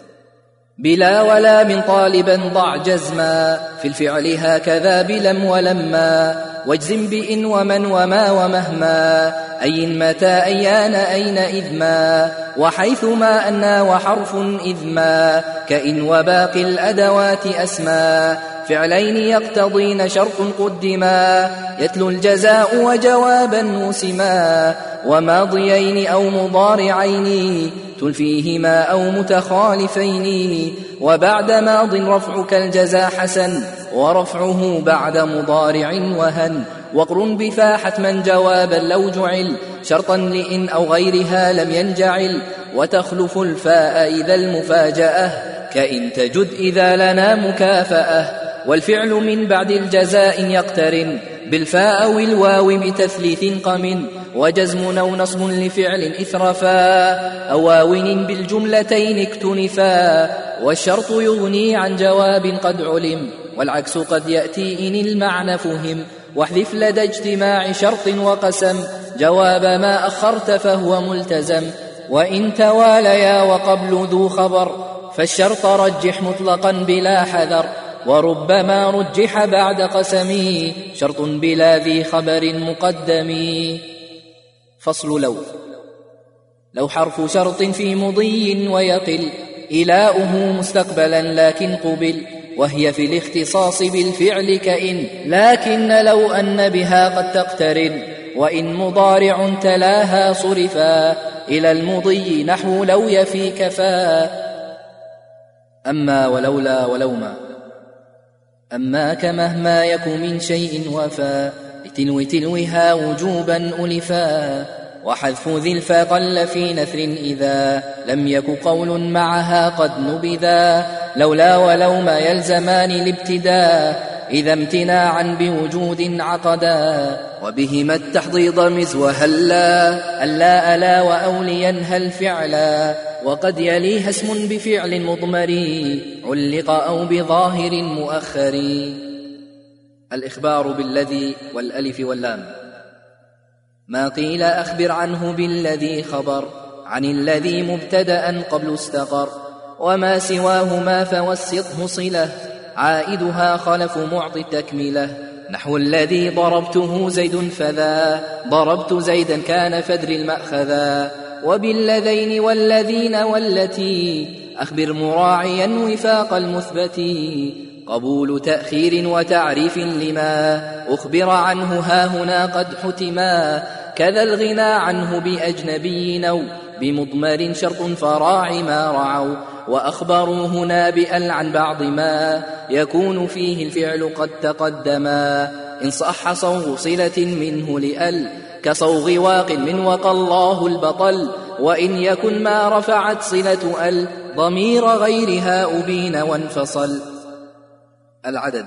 بلا ولا من طالبا ضع جزما في الفعل هكذا بلم ولما واجزم بإن ومن وما ومهما أي متى أيان أين إذما وحيث ما أنا وحرف إذما كإن وباقي الأدوات أسما فعلين يقتضين شرط قدما يتلو الجزاء وجوابا موسما وماضيين أو مضارعين تلفيهما أو متخالفين وبعد ماض رفعك الجزاء حسن ورفعه بعد مضارع وهن وقرن بفا حتما جوابا لو جعل شرطا لإن أو غيرها لم ينجعل وتخلف الفاء إذا المفاجأة كإن تجد إذا لنا مكافأة والفعل من بعد الجزاء يقترن بالفاء أو الواو بتثليث قم وجزم أو نصب لفعل إثرفا أو واون بالجملتين اكتنفا والشرط يغني عن جواب قد علم والعكس قد يأتي إن المعنى فهم واحذف لدى اجتماع شرط وقسم جواب ما أخرت فهو ملتزم وإن تواليا وقبل ذو خبر فالشرط رجح مطلقا بلا حذر وربما رجح بعد قسمي شرط بلا ذي خبر مقدم. فصل لو حرف شرط في مضي ويقل إلاؤه مستقبلا لكن قبل وهي في الاختصاص بالفعل كإن، لكن لو أن بها قد تقترن، وإن مضارع تلاها صرفا إلى المضي نحو لو يفي كفا. أما ولولا ولوما، أما كمهما يك من شيء وفا لتلو تلوها وجوبا ألفا، وحذف ذي الفا قل في نثر إذا لم يك قول معها قد نبذا. لولا ولوما يلزمان الابتداء إذا امتناعا بوجود عقدا، وبهما التحضيض مزو هلا ألا ألا وأوليا هل فعلا، وقد يليها اسم بفعل مضمر علق أو بظاهر مؤخر. الإخبار بالذي والألف واللام. ما قيل أخبر عنه بالذي خبر عن الذي مبتدأ قبل استقر، وما سواهما فوسطه صلة عائدها خلف معطي التكملة. نحو الذي ضربته زيد فذا ضربت زيدا كان فدر المأخذا. وبالذين والذين والتي أخبر مراعيا وفاق المثبت، قبول تأخير وتعريف لما أخبر عنه هاهنا قد حتما. كذا الغنى عنه بأجنبي أو بمضمر شرط فراع ما رعوا، وأخبروا هنا بأل عن بعض ما يكون فيه الفعل قد تقدما. إن صح صوغ صلة منه لأل كصوغ واق من وقى الله البطل، وإن يكن ما رفعت صلة أل ضمير غيرها أبين وانفصل. العدد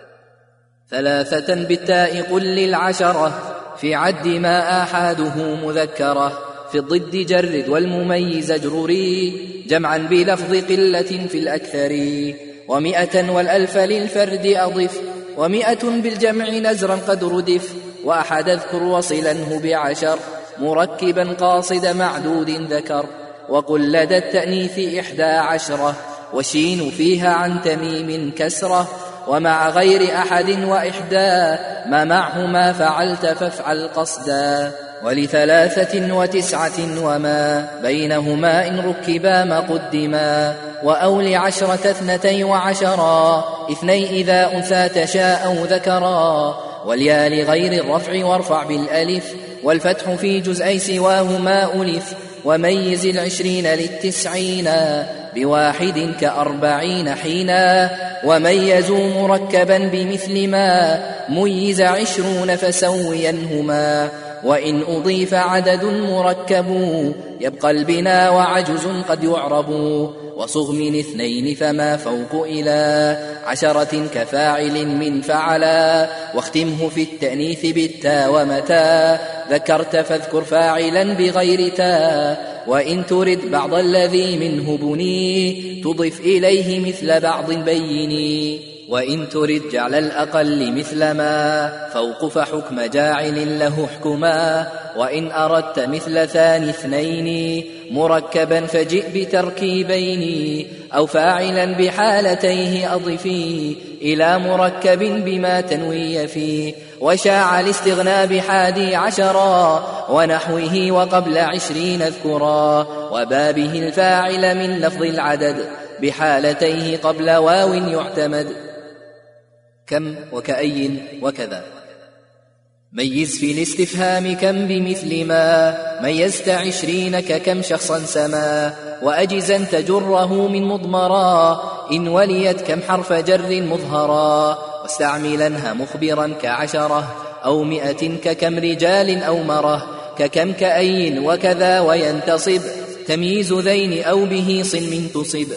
3 بالتاء قل للعشرة في عد ما آحاده مذكرة. في الضد جرد والمميز اجرري جمعا بلفظ قلة في الأكثر. 100 والألف للفرد أضف 100 بالجمع نزرا قد ردف. وأحد اذكر وصلنه ب10 مركبا قاصد معدود ذكر. وقل لدى التأنيث 11 وشين فيها عن تميم كسرة. ومع غير أحد وإحدى ما معهما فعلت فافعل قصدا. ول3 و9 وما بينهما إن ركبا ما قدما. وأول 10 12 2 إذا أنثى تشاء أو ذكرا. واليا لغير الرفع وارفع بالألف والفتح في جزئي سواهما ألف. وميز 20 لل90 بواحد ك40 حينا. وميزوا مركبا بمثل ما ميز 20 فسوينهما. وإن أضيف عدد مركب يبقى البنا وعجز قد يعرب. وصغ من 2 فما فوق إلى 10 كفاعل من فعلا. واختمه في التأنيث بالتا ومتى ذكرت فاذكر فاعلا بغير تا. وإن ترد بعض الذي منه بني تضف إليه مثل بعض بيني. وإن ترد جعل الأقل مثل ما فوق فحكم جاعل له حكما. وإن أردت مثل ثاني 2 مركبا فجئ بتركيبين. أو فاعلا بحالتيه أضفي إلى مركب بما تنوي فيه. وشاع الاستغنى ب11 ونحوه وقبل 20 اذكرا. وبابه الفاعل من لفظ العدد بحالتيه قبل واو يعتمد. كم وكأي وكذا. ميز في الاستفهام كم بمثل ما ميزت 20 ككم شخصا سما. وأجزا تجره من مضمرا إن وليت كم حرف جر مظهرا. واستعملنها مخبرا ك10 أو 100 ككم رجال أو مرة. ككم كأي وكذا وينتصب تمييز ذين أو به صن تصب.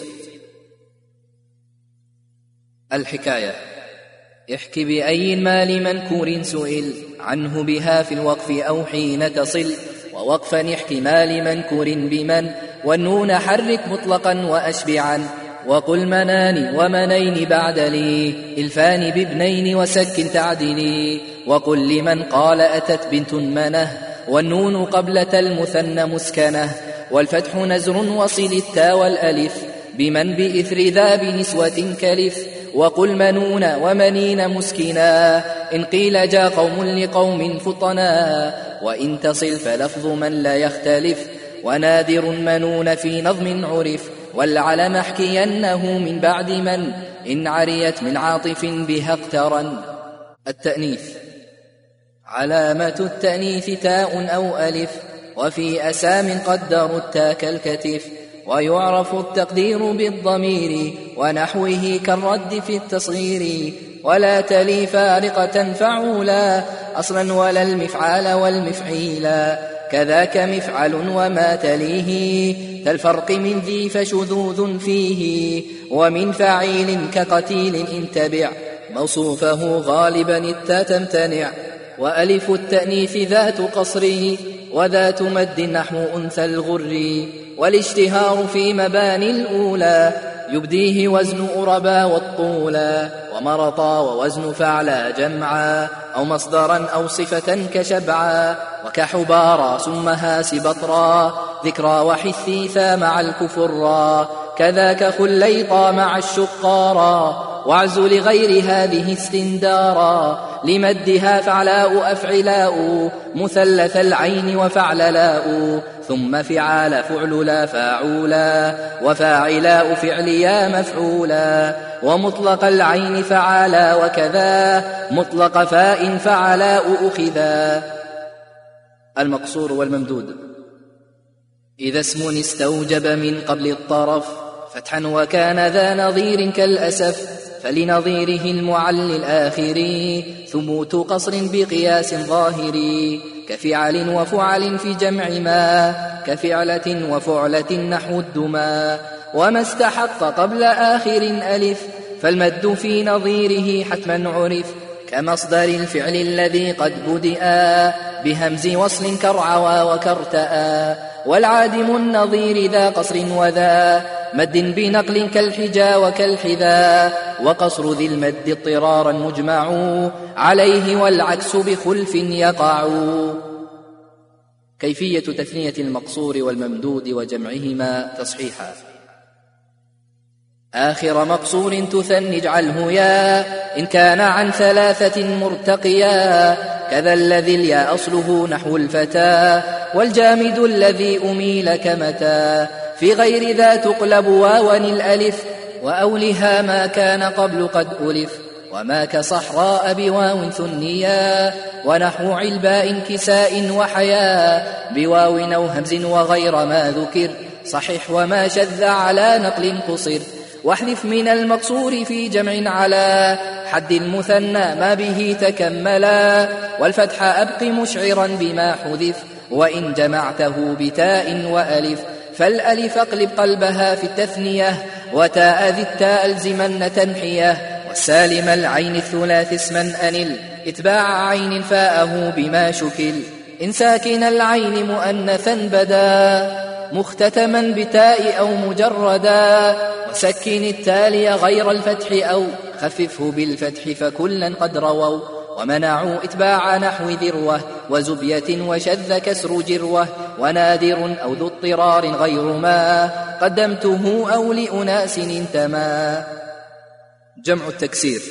الحكاية. احك بأي ما لمنكور سئل عنه بها في الوقف أو حين تصل. ووقفا احتمال منكور بمن والنون حرك مطلقا وأشبعا. وقل منان ومنين بعد لي الفان بابنين وسك تعدلي. وقل لمن قال أتت بنت منه والنون قبلة المثنى مسكنه. والفتح نزر وصل التا والألف بمن بإثر ذا بنسوة كلف. وقل منون ومنين مسكنا إن قيل جاء قوم لقوم فطنا. وإن تصل فلفظ من لا يختلف. ونادر منون في نظم عرف والعلم احكينه من بعد من إن عريت من عاطف بها اقترن. التأنيث. علامة التأنيث تاء أو ألف، وفي أسام قدروا التاء كالكتف، ويعرف التقدير بالضمير ونحوه كالرد في التصغير، ولا تلي فارقة فعولا أصلا ولا المفعال والمفعيلا، كذاك مفعل وما تليه كالفرق من ذي فشذوذ فيه، ومن فعيل كقتيل إن تبع موصوفه غالبا التاء تمتنع. وألف التأنيث ذات قصر وذات مد نحو أنثى الغر، والاشتهار في مباني الأولى يبديه وزن أربا والطولا، ومرطا ووزن فعلا جمعا أو مصدرا أو صفة كشبعا، وكحبارا سمها سبطرا ذكرى وحثيثا مع الكفرا، كذاك خليطا مع الشقارا، واعز لغير هذه استندارا، لمدها فعلاء أفعلاء مثلث العين وفعللاء، ثم فعال فعللا فاعولا وفاعلاء فعليا مفعولا، ومطلق العين فعالا وكذا مطلق فاء فعلاء أخذا. المقصور والممدود. إذا اسم استوجب من قبل الطرف فتحا وكان ذا نظير كالأسف، فلنظيره المعل الآخر ثبوت قصر بقياس ظاهر، كفعل وفعل في جمع ما كفعلة وفعلة نحو الدما، وما استحق قبل آخر ألف فالمد في نظيره حتما عرف، كمصدر الفعل الذي قد بدأ بهمز وصل كرعوى وكرتأ، والعادم النظير ذا قصر وذا مد بنقل كالحجا وكالحذا، وقصر ذي المد اضطرارا مجمع عليه والعكس بخلف يقع. كيفية تثنية المقصور والممدود وجمعهما تصحيحا. آخر مقصور تثني اجعله يا إن كان عن ثلاثة مرتقيا، كذا الذي الياء أصله نحو الفتى، والجامد الذي أميل كمتى، في غير ذا تقلب واوا الألف، وأولها ما كان قبل قد ألف، وما كصحراء بواو ثنيا، ونحو علباء كساء وحيا بواو أو همز وغير ما ذكر صحيح، وما شذ على نقل قصر، واحذف من المقصور في جمع على حد المثنى ما به تكملا، والفتح أبق مشعرا بما حذف وإن جمعته بتاء وألف، فالألف اقلب قلبها في التثنية، وتاء ذي التاء ألزمن تنحية، والسالم العين الثلاث اسما أنل اتباع عين فاءه بما شكل، إن ساكن العين مؤنثا بدا مختتما بتاء أو مجردا، وسكن التالي غير الفتح أو خففه بالفتح فكلا قد رووا، ومنعوا اتباع نحو ذروة وزبية وشذ كسر جروة، ونادر أو ذو اضطرار غير ما قدمته أو لأناس انتما. جمع التكسير.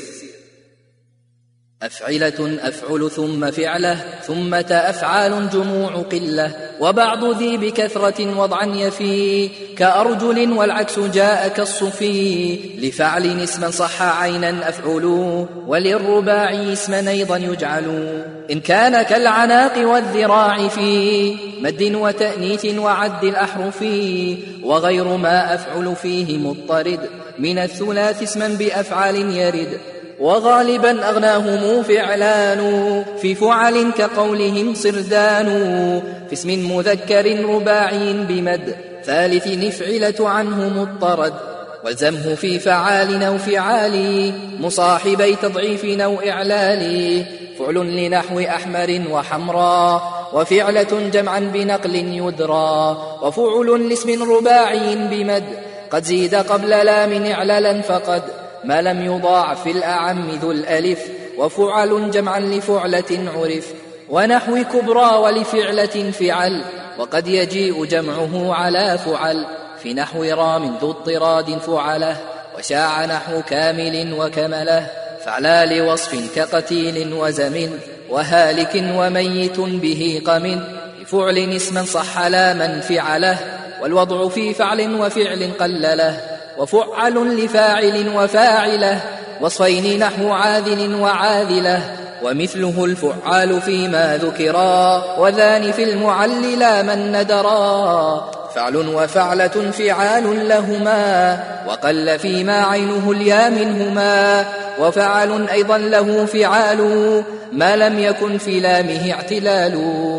أفعلة أفعل ثم فعله ثم أفعال جموع قلة، وبعض ذي بكثرة وضعا يفي كأرجل، والعكس جاء كالصفي، لفعل اسما صح عينا أفعلوا، وللرباعي اسما أيضا يجعلوا، إن كان كالعناق والذراع في مد وتأنيث وعد الأحرف، وغير ما أفعل فيه مضطرد من الثلاث اسما بأفعال يرد، وغالبا أغناهم فعلان في فعل كقولهم صردان، في اسم مذكر رباعي بمد ثالث نفعلة عنه مضطرد، والزمه في فعال أو فعال مصاحبي تضعيف أو إعلال، فعل لنحو أحمر وحمراء، وفعلة جمعا بنقل يدرى، وفعل لاسم رباعي بمد قد زيد قبل لام إعلالا فقد ما لم يضاعف في الأعم ذو الألف، وفعل جمعا لفعلة عرف، ونحو كبرى ولفعلة فعل، وقد يجيء جمعه على فعل، في نحو رام ذو اضطراد فعله، وشاع نحو كامل وكمله، فعلا لوصف كقتيل وزمن، وهالك وميت به قمن، لفعل اسما صح لا من فعله، والوضع في فعل وفعل قلله، وفعل لفاعل وفاعله، وصفين نحو عاذل وعاذله، ومثله الفعال فيما ذكرا، وذان في المعل لا من ندرا. فعل وفعلة فعال لهما، وقل فيما عينه اليا منهما، وفعل أيضا له فعال ما لم يكن في لامه اعتلال،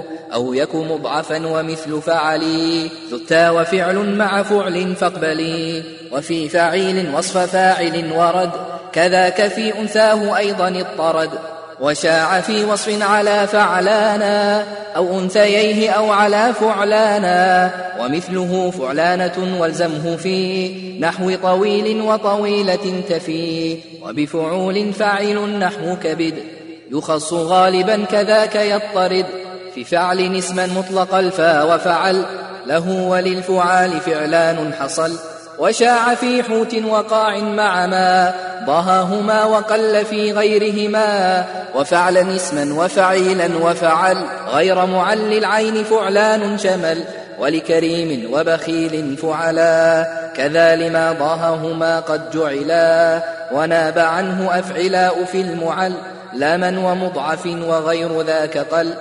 أو يك مضعفا ومثل فعلي ذو التا وفعل مع فعل فاقبلي. وفي فعيل وصف فاعل ورد، كذاك في أنثاه أيضا اضطرد. وشاع في وصف على فعلانا، أو أنثييه أو على فعلانا، ومثله فعلانة والزمه في نحو طويل وطويلة تفي. وبفعول فاعل نحو كبد، يخص غالبا كذاك يضطرد. في فعل اسما مطلق الفا وفعل، له وللفعال فعلان حصل. وشاع في حوت وقاع مع ما ضهاهما وقل في غيرهما. وفعلا اسما وفعيلا وفعل، غير معل العين فعلان شمل. ولكريم وبخيل فعلا، كذا لما ضاههما قد جعلا. وناب عنه أفعلاء في المعل، لمن ومضعف وغير ذاك قل.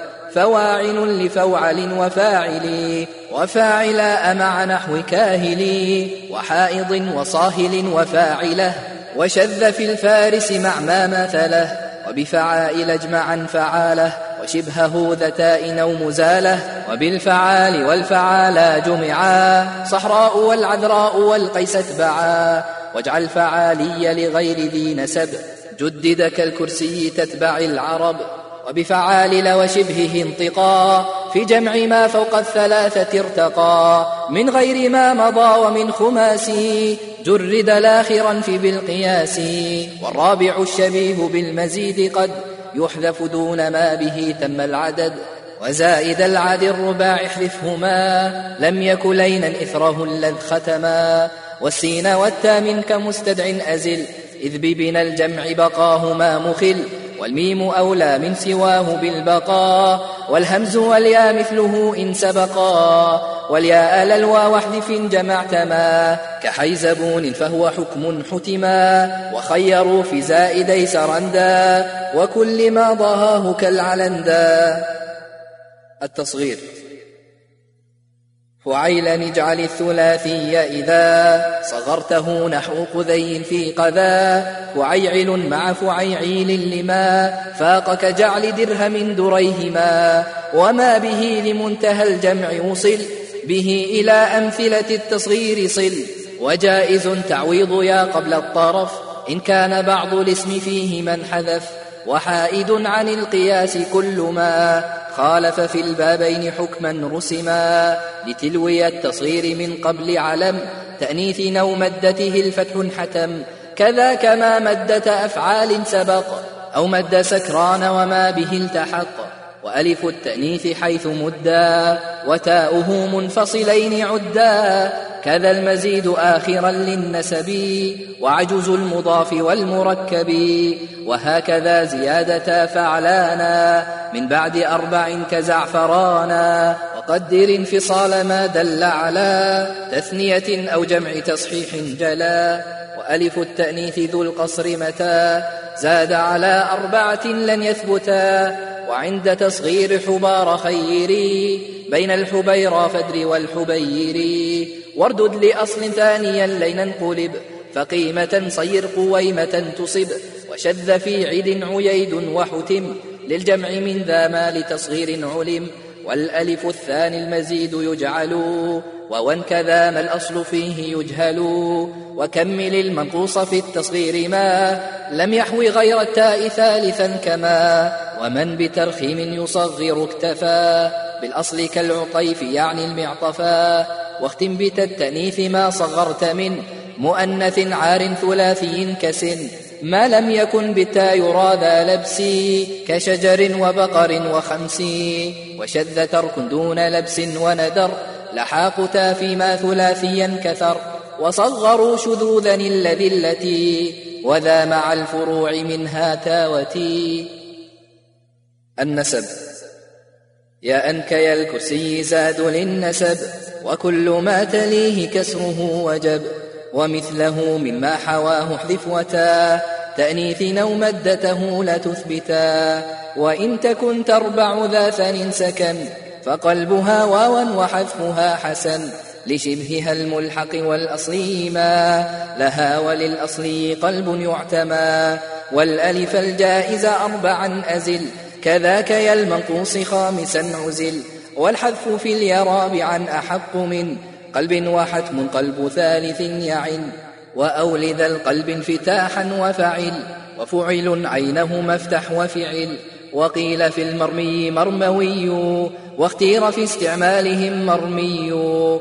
فواعل لفوعل وفاعل، وفاعلاء مع نحو كاهل. وحائض وصاهل وفاعله، وشذ في الفارس مع ما مثله. وبفعائل اجمعا فعاله، وشبهه ذتاء أو مزاله. وبالفعال والفعالا جمعا، صحراء والعذراء والقيس اتبعا. واجعل فعالي لغير ذي نسب، جدد كالكرسي تتبع العرب. وبفعالل وشبهه انطقا، في جمع ما فوق الثلاثة ارتقى. من غير ما مضى ومن خماسي، جرد لاخرا في بالقياس. والرابع الشبيه بالمزيد قد يحذف دون ما به تم العدد. وزائد العد الرباع احذفهما، لم يك لينا إثره الذ ختما. والسين والتا منك مستدع أزل، إذ ببنا الجمع بقاهما مخل. والميم أولى من سواه بالبقاء، والهمز والياء مثله إن سبقا. والياء للوا واحذف جمعتما، كحيزبون فهو حكم حتما. وخيروا في زائدي سرندا، وكل ما ضهاه كالعلندا. التصغير. فعيلا اجعل الثلاثي إذا صغرته نحو قذي في قذا. فعيعل مع فعيعيل لما فاق كجعل درهم دريهما. وما به لمنتهى الجمع وصل، به إلى أمثلة التصغير صل. وجائز تعويض يا قبل الطرف، إن كان بعض الاسم فيه من حذف. وحائد عن القياس كل ما خالف في البابين حكما رسما. لتلوي التصغير من قبل علم تأنيث أو مدته الفتح حتم. كذا كما مدة أفعال سبق، أو مد سكران وما به التحق. وألف التأنيث حيث مدا، وتاؤه منفصلين عدا. كذا المزيد آخرا للنسب، وعجز المضاف والمركب. وهكذا زيادة فعلانا من بعد 4 كزعفرانا. وقدر انفصال ما دل على تثنية أو جمع تصحيح جلا. وألف التأنيث ذو القصر متى زاد على 4 لن يثبتا. وعند تصغير حبار خيري بين الحبيرى فدر والحبيري. واردد لأصل ثانيا لين انقلب، فقيمة صير قويمة تصب. وشذ في عد عييد وحتم، للجمع من ذا ما لتصغير علم. والألف الثاني المزيد يجعل، وون كذا ما الأصل فيه يجهل. وكمل المنقوص في التصغير ما لم يحوي غير التاء ثالثا كما. ومن بترخيم يصغر اكتفى، بالأصل كالعطيف يعني المعطفا. واختم بتا التأنيث ما صغرت من مؤنث عار ثلاثي كسن. ما لم يكن بالتا يرى ذا لبسي، كشجر وبقر وخمسي. وشذ ترك دون لبس وندر، لحاق تا فيما ثلاثيا كثر. وصغروا شذوذا الذي التي، وذا مع الفروع منها تاوتي. النسب. يا أنك يا الكرسي زاد للنسب، وكل ما تليه كسره وجب. ومثله مما حواه احذف وتا تأنيث أو مدته لا تثبتا. وإن تكن تربع ذا ثان سكن فقلبها واوا وحذفها حسن لشبهها الملحق والأصلي ما لها وللأصلي قلب يعتمى. والألف الجائز أربعا أزل كذاك يا المنقوص خامسا عزل. والحذف في اليرابع أحق من قلب وحتم قلب ثالث يعن. وأول ذا القلب انفتاحا وفعل وفعل عينه مفتح وفعل. وقيل في المرمي مرموي واختير في استعمالهم مرمي.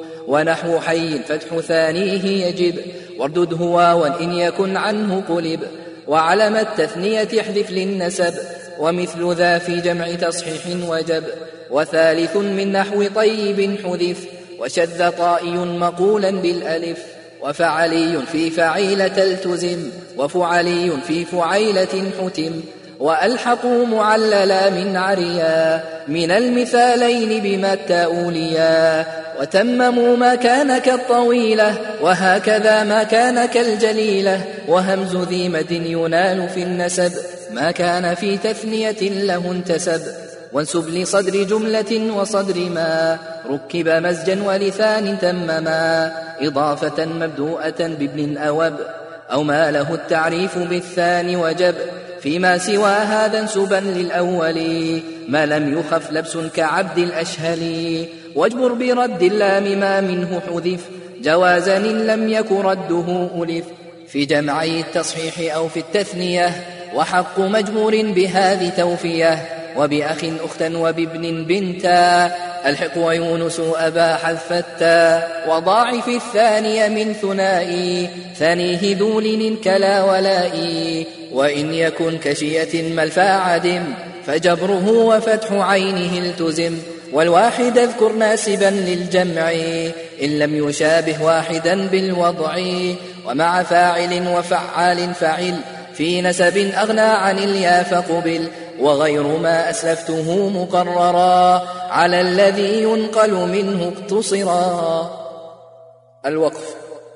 ونحو حي فتح ثانيه يجب واردده واوا إن يكن عنه قلب. وعلم التثنية احذف للنسب ومثل ذا في جمع تصحيح وجب. وثالث من نحو طيب حذف وشذ طائي مقولا بالألف. وفعلي في فعيلة التزم وفعلي في فعيلة حتم. وألحقوا معللا من عريا من المثالين بما التأوليا. وتمموا ما كان كالطويلة وهكذا ما كان كالجليلة. وهمز ذي مد ينال في النسب ما كان في تثنية له انتسب. وانسب لصدر جملة وصدر ما ركب مزجا ولثان تمما. إضافة مبدوءة بابن أوب أو ما له التعريف بالثاني وجب. فيما سوى هذا انسبا للأول ما لم يخف لبس كعبد الأشهل. واجبر برد اللام ما منه حذف جوازا إن لم يك رده ألف. في جمعي التصحيح أو في التثنية وحق مجبور بهذه توفية. وبأخ أختا وبابن بنتا الحق ويونس أبا حذفتا. وضاعف الثانية من ثنائي ثانيه ذو لن كلا ولائي. وإن يكن كشية ملفى عدم فجبره وفتح عينه التزم. والواحد اذكر ناسبا للجمع إن لم يشابه واحدا بالوضع. ومع فاعل وفعال فعل في نسب أغنى عن اليا فقبل. وغير ما أسلفته مقررا على الذي ينقل منه اقتصرا. الوقف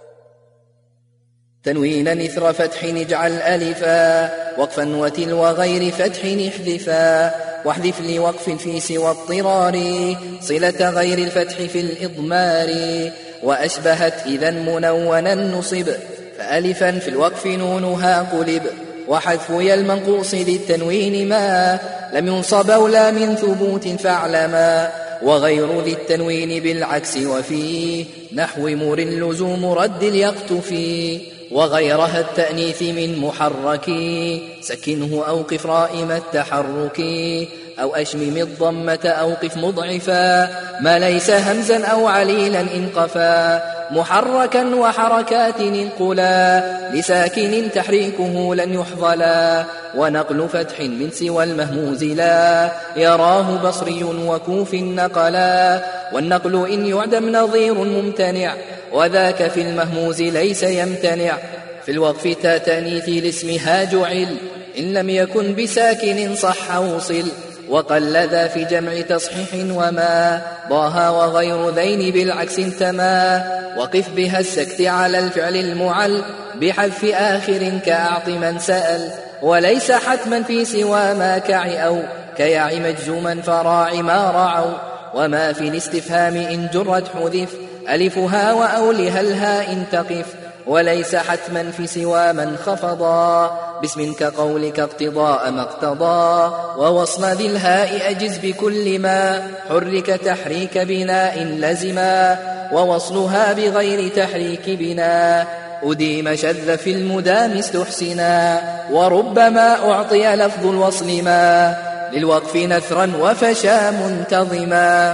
تنوينا إثر فتح اجعل ألفا وقفا وتلو غير فتح احذفا. واحذف لوقف في سوى اضطرار صلة غير الفتح في الإضمار. وأشبهت إذا منونا نصب فألفا في الوقف نونها قلب. وحذف يا المنقوص للتنوين ما لم ينصب أولى من ثبوت فاعلما. وغير ذي التنوين بالعكس وفي نحو مر لزوم رد اليقتفي. وغيرها التأنيث من محرك سكنه أوقف رائم التحرك. أو أشمم الضمة أوقف مضعفا ما ليس همزا أو عليلا انقفا. محركا وحركات انقلا لساكن تحريكه لن يحظلا. ونقل فتح من سوى المهموز لا يراه بصري وكوف نقلا. والنقل إن يعدم نظير ممتنع وذاك في المهموز ليس يمتنع. في الوقف تأنيث لاسمها جعل إن لم يكن بساكن صح وصل. وقل ذا في جمع تصحيح وما ضاها وغير ذين بالعكس انتما. وقف بها السكت على الفعل المعل بحذف آخر كأعط من سأل. وليس حتما في سوى ما كع أو كيع مجزوما فراع ما رعوا. وما في الاستفهام إن جرت حذف ألفها وأولها الهاء إن تقف. وليس حتما في سوى من خفضا باسم كقولك اقتضاء ما اقتضى. ووصل ذي الهاء أجز بكل ما حرك تحريك بناء لزما. ووصلها بغير تحريك بناء أديم شذ في المدام استحسنا. وربما أعطي لفظ الوصل ما للوقف نثرا وفشا منتظما.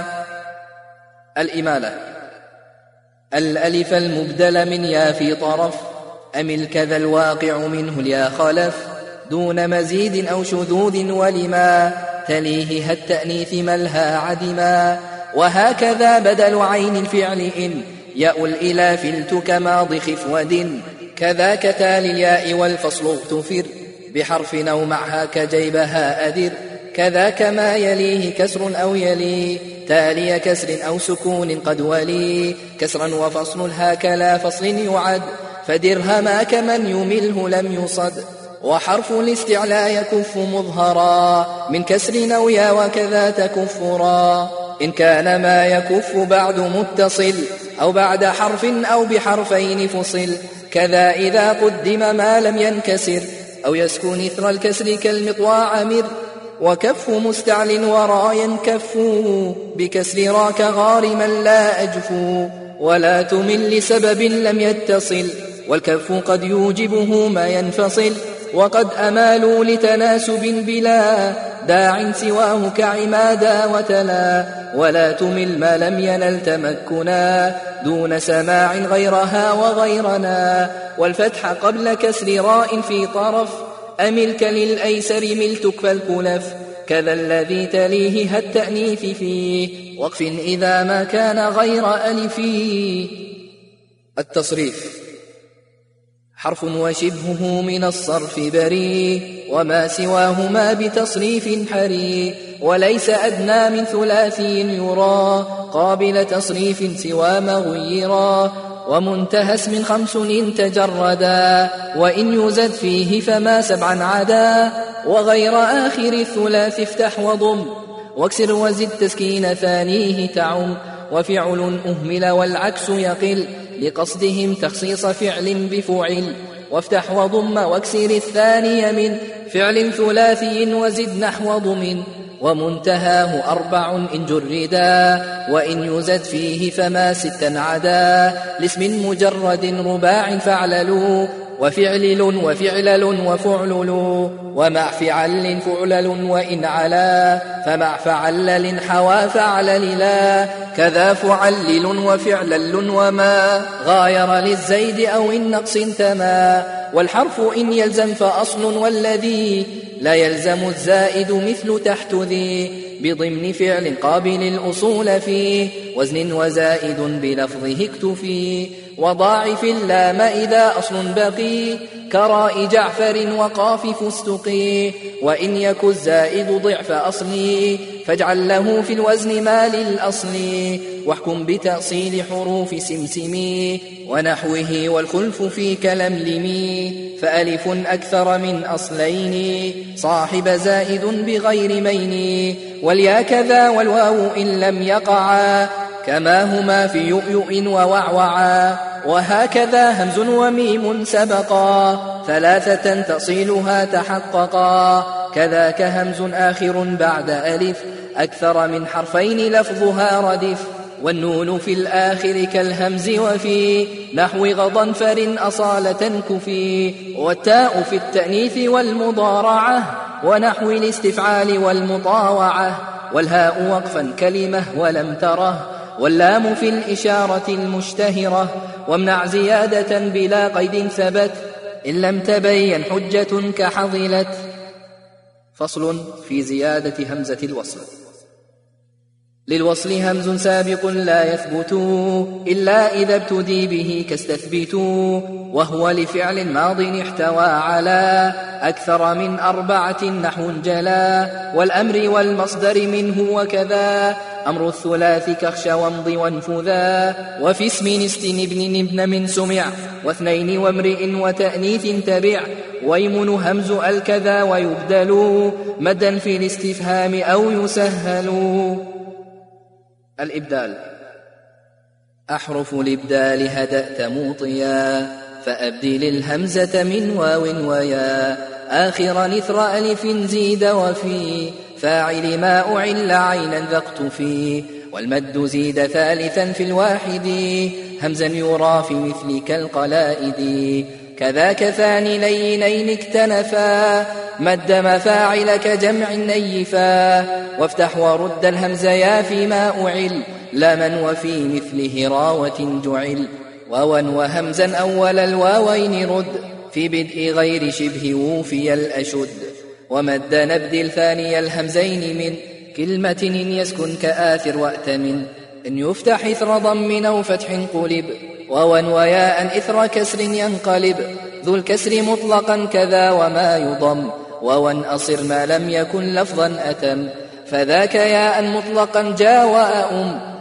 الإمالة الألف المبدل من يا في طرف أمل كذا الواقع منه اليا خلف دون مزيد أو شذوذ. ولما تليه التأنيث ملها عدما. وهكذا بدل عين الفعل إن ياء الإلاف التك ماض خفود. كذاك تالي الياء والفصل اغتفر بحرف أو معها كجيبها أدر. كذاك ما يليه كسر أو يلي تالي كسر أو سكون قد ولي كسرا. وفصل الهاك لا فصل يعد فدرهما كمن يمله لم يصد. وحرف الاستعلاء يكف مظهرا من كسر نويا وكذا تكفرا إن كان ما يكف بعد متصل أو بعد حرف أو بحرفين فصل. كذا إذا قدم ما لم ينكسر أو يسكن إثر الكسر كالمطواع مر. وكف مستعل ورا ينكف بكسر را كغارما لا أجفو. ولا تمل لسبب لم يتصل والكف قد يوجبه ما ينفصل. وقد أمالوا لتناسب بلا داع سواه كعمادا وتلا. ولا تمل ما لم ينل تمكنا دون سماع غيرها وغيرنا. والفتح قبل كسر راء في طرف أملك للأيسر ملتك فالكلف. كذا الذي تليه التأنيث فيه وقف إذا ما كان غير ألف. التصريف حرف وشبهه من الصرف بريء وما سواهما بتصريف حري. وليس أدنى من ثلاثي يرى قابل تصريف سوى ما غيرا. ومنتهى اسم 5 تجردا وإن يزد فيه فما 7 عدا. وغير آخر الثلاث افتح وضم واكسر وزد تسكين ثانيه تعم. وفعل أهمل والعكس يقل لقصدهم تخصيص فعل بفعل. وافتح وضم واكسر الثاني من فعل ثلاثي وزد نحو ضم. ومنتهاه 4 إن جردا وإن يزد فيه فما 6 عدا. لاسم مجرد رباع فعللوا وفعلل وفعلل وفعلل. ومع فعل فعلل وإن علا فمع فعلل حوى فعلل لا. كذا فعلل وفعلل وما غاير للزيد أو النقص تما. والحرف إن يلزم فأصل والذي لا يلزم الزائد مثل تحت ذي بضمن فعل قابل الأصول فيه وزن وزائد بلفظه اكتفي. وضاعف اللام إذا أصل بقي كراء جعفر وقاف فستقي. وإن يك الزائد ضعف أصلي فاجعل له في الوزن ما للأصل. واحكم بتأصيل حروف سمسمي ونحوه والخلف في كلملمي. فألف أكثر من أصلين صاحب زائد بغير مين. واليا كذا والواو إن لم يقعا كما هما في يؤيؤ ووعوعا. وهكذا همز وميم سبقا 3 تصيلها تحققا. كذاك همز آخر بعد ألف أكثر من حرفين لفظها ردف. والنون في الآخر كالهمز وفي نحو غضنفر أصالة كفي. والتاء في التأنيث والمضارعة ونحو الاستفعال والمطاوعة. والهاء وقفا كلمة ولم تره. واللام في الإشارة المشتهرة. وامنع زيادة بلا قيد ثبت إن لم تبين حجة كحضلت. فصل في زيادة همزة الوصل. للوصل همز سابق لا يثبت إلا إذا ابتدي به كاستثبت. وهو لفعل ماض احتوى على أكثر من 4 نحو جلا. والأمر والمصدر منه وكذا أمر الثلاث كخش وامض وانفذا. وفي اسم ابن من سمع 2 وامرئ وتأنيث تبع. ويمن همز الكذا ويبدل مدا في الاستفهام أو يسهل. الإبدال أحرف الإبدال هدأت موطيا فأبدل الهمزة من واو ويا. آخرا إثر ألف زيد وفي فاعل ما أعل عينا ذقت فيه. والمد زيد 3 في الواحد همزا يرى في مثل كالقلائد. كذاك ثاني لينين اكتنفا مد مفاعل كجمع نيفا. وافتح ورد الهمز يا فيما أعل لمن وفي مثله راوة جعل. واوا وهمزا أول الواوين رد في بدء غير شبه ووفي الأشد. ومد نبدل ثاني الهمزين من كلمة إن يسكن كآثر وأتمن. إن يفتح إثر ضم أو فتح قلب واوا وياء إثر كسر ينقلب. ذو الكسر مطلقا كذا وما يضم واوا أصر ما لم يكن لفظا أتم. فذاك ياء مطلقا جاء وأم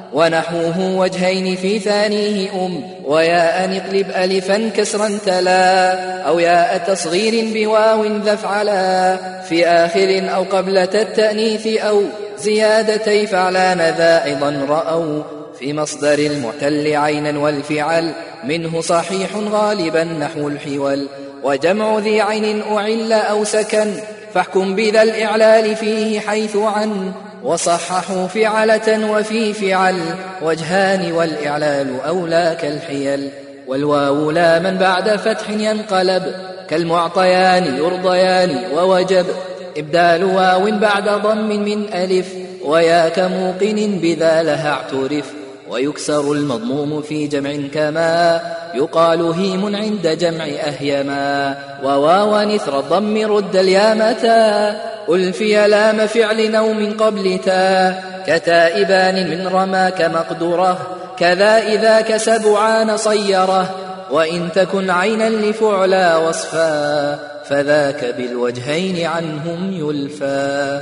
ونحوه وجهين في ثانيه وياء اقلب ألفا كسرا تلا أو ياء تصغير بواو ذا افعلا في آخر أو قبلة التأنيث أو زيادتي فعلان ذا أيضا رأوا في مصدر المعتل عينا والفعل منه صحيح غالبا نحو الحول وجمع ذي عين أعل أو سكن فاحكم بذا الإعلال فيه حيث عن وصححوا فعلة وفي فعل وجهان والإعلال أولى كالحيل والواو لا من بعد فتح ينقلب كالمعطيان يرضيان ووجب إبدال واو بعد ضم من ألف ويا كموقن بذا لها اعترف ويكسر المضموم في جمع كما يقال هيم عند جمع أهيما وواو نثر الضم رد اليامتا ألفي لام فعل نوم قبل تا كتائبان من رماك مقدره كذا إذا كسبعان صيره وإن تكن عينا لفعلا وصفا فذاك بالوجهين عنهم يلفا.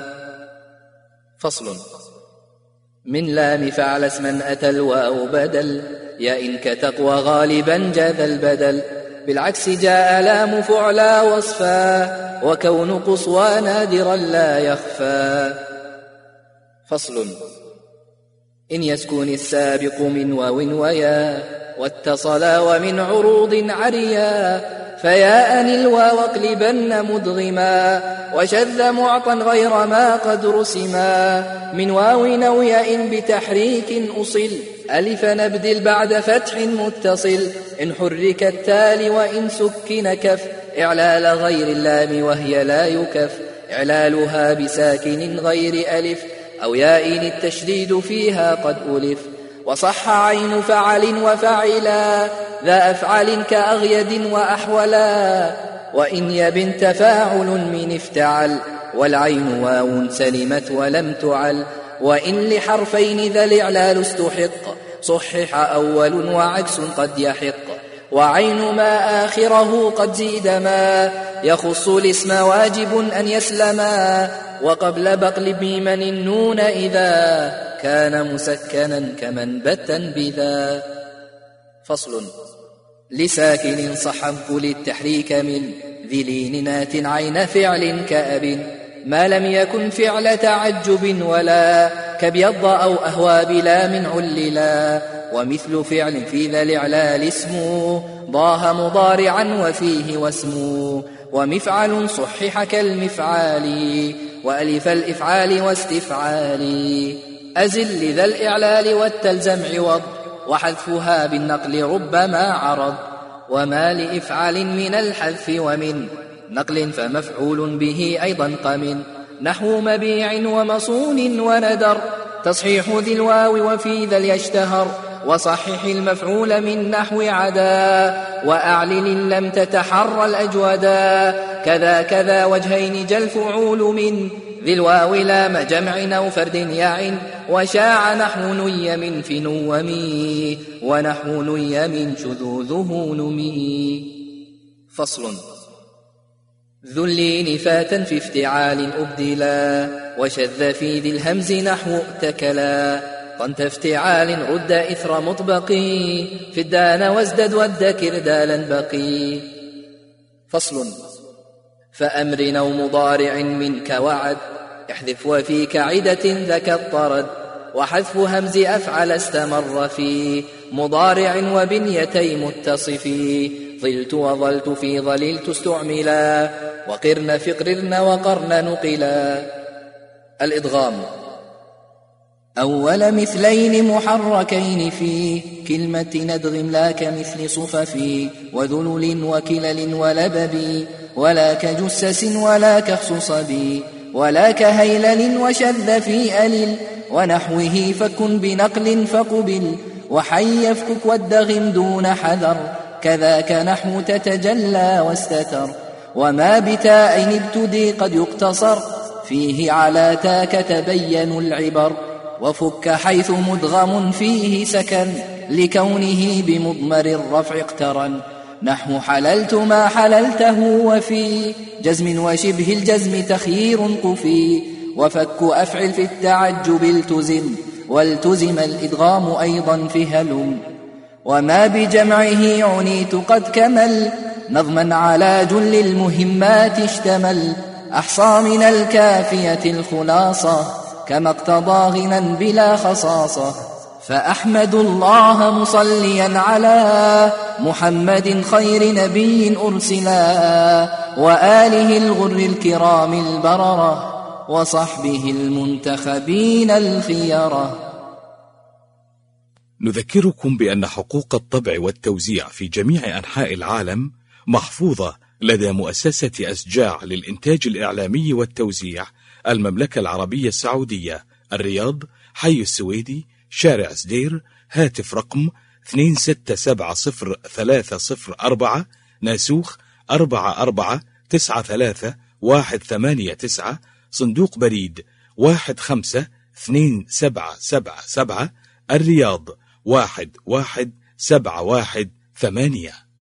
فصل. من لام فعل اسما أتى الواو بدل يا إن كتقوى غالبا جاذ البدل بالعكس جاء لام فعلا وصفا وكون قصوى نادرا لا يخفى. فصل. إن يسكن السابق من واو ويا واتصلا ومن عروض عريا فياء الواو اقلبن مدغما وشذ معطا غير ما قد رسما من واو أو ياء بتحريك أصل ألف نبدل بعد فتح متصل إن حرك التالي وإن سكن كف إعلال غير اللام وهي لا يكف إعلالها بساكن غير ألف أو ياء التشديد فيها قد ألف وصح عين فعل وفعلا ذا أفعل كأغيد وأحولا وإن يبن تفاعل من افتعل والعين واو سلمت ولم تعل وإن لحرفين ذا الإعلال استحق صحح أول وعكس قد يحق وعين ما آخره قد زيد ما يخص الاسم واجب أن يسلما وقبل بقل ميما النون إذا كان مسكنا كمن بتا بذا. فصل. لساكن صحا كل التحريك من ذي لين نات عين فعل كأب ما لم يكن فعل تعجب ولا كبيض أو أهوى بلا من عللا ومثل فعل في ذا الإعلال اسمه ضاه مضارعا وفيه واسمه ومفعل صحح كالمفعال وألف الإفعال واستفعال أزل لذا الإعلال والتلزم عوض وحذفها بالنقل ربما عرض وما لإفعال من الحذف ومن نقل فمفعول به أيضا قمن نحو مبيع ومصون وندر تصحيح ذي الواو وفي ذا ليشتهر وصحح المفعول من نحو عدا وأعلل لم تتحر الأجودا كذا كذا وجهين جل فعول من ذي الواو لام جمع أو فرد يعن وشاع نحو ني من في نومي ونحو ني من شذوذه نمي. فصل. ذو اللين فاتا في افتعال أبدلا وشذ في ذي الهمز نحو اتكلا طنت افتعال رد إثر مطبقي في الدان وازدد والذكر دالا بقي. فصل. فأمر أو مضارع منك وعد احذف وفيك عدة ذاك الطرد وحذف همز أفعل استمر في مضارع وبنيتي متصفي ظلت وظلت في ظللت استعملا وقرن في قرن وقرن نقلا. الإدغام. أول مثلين محركين في كلمة ندغم لا كمثل صففي وذلل وكلل ولبب ولا كجسس ولا كخصصبي ولا كهيلل وشذ في ألل ونحوه فكن بنقل فقبل وحي يفكك والدغم دون حذر كذاك نحو تتجلى واستتر وما بتاء ابتدي قد يقتصر فيه على تاك تبين العبر وفك حيث مدغم فيه سكن لكونه بمضمر الرفع اقترن نحو حللت ما حللته وفي جزم وشبه الجزم تخيير قفي وفك أفعل في التعجب التزم والتزم الإدغام أيضا في هلم. وما بجمعه عنيت قد كمل نظما على جل المهمات اشتمل. أحصى من الكافية الخلاصة كما اقتضى غنى بلا خصاصة. فأحمد الله مصليا على محمد خير نبي أرسلا وآله الغر الكرام البررة وصحبه المنتخبين الخيرة. نذكركم بأن حقوق الطبع والتوزيع في جميع أنحاء العالم محفوظة لدى مؤسسة أسجاع للإنتاج الإعلامي والتوزيع، المملكة العربية السعودية، الرياض، حي السويدي، شارع سدير، هاتف رقم 26703004، ناسوخ 4493189، صندوق بريد 1527777، الرياض 11718.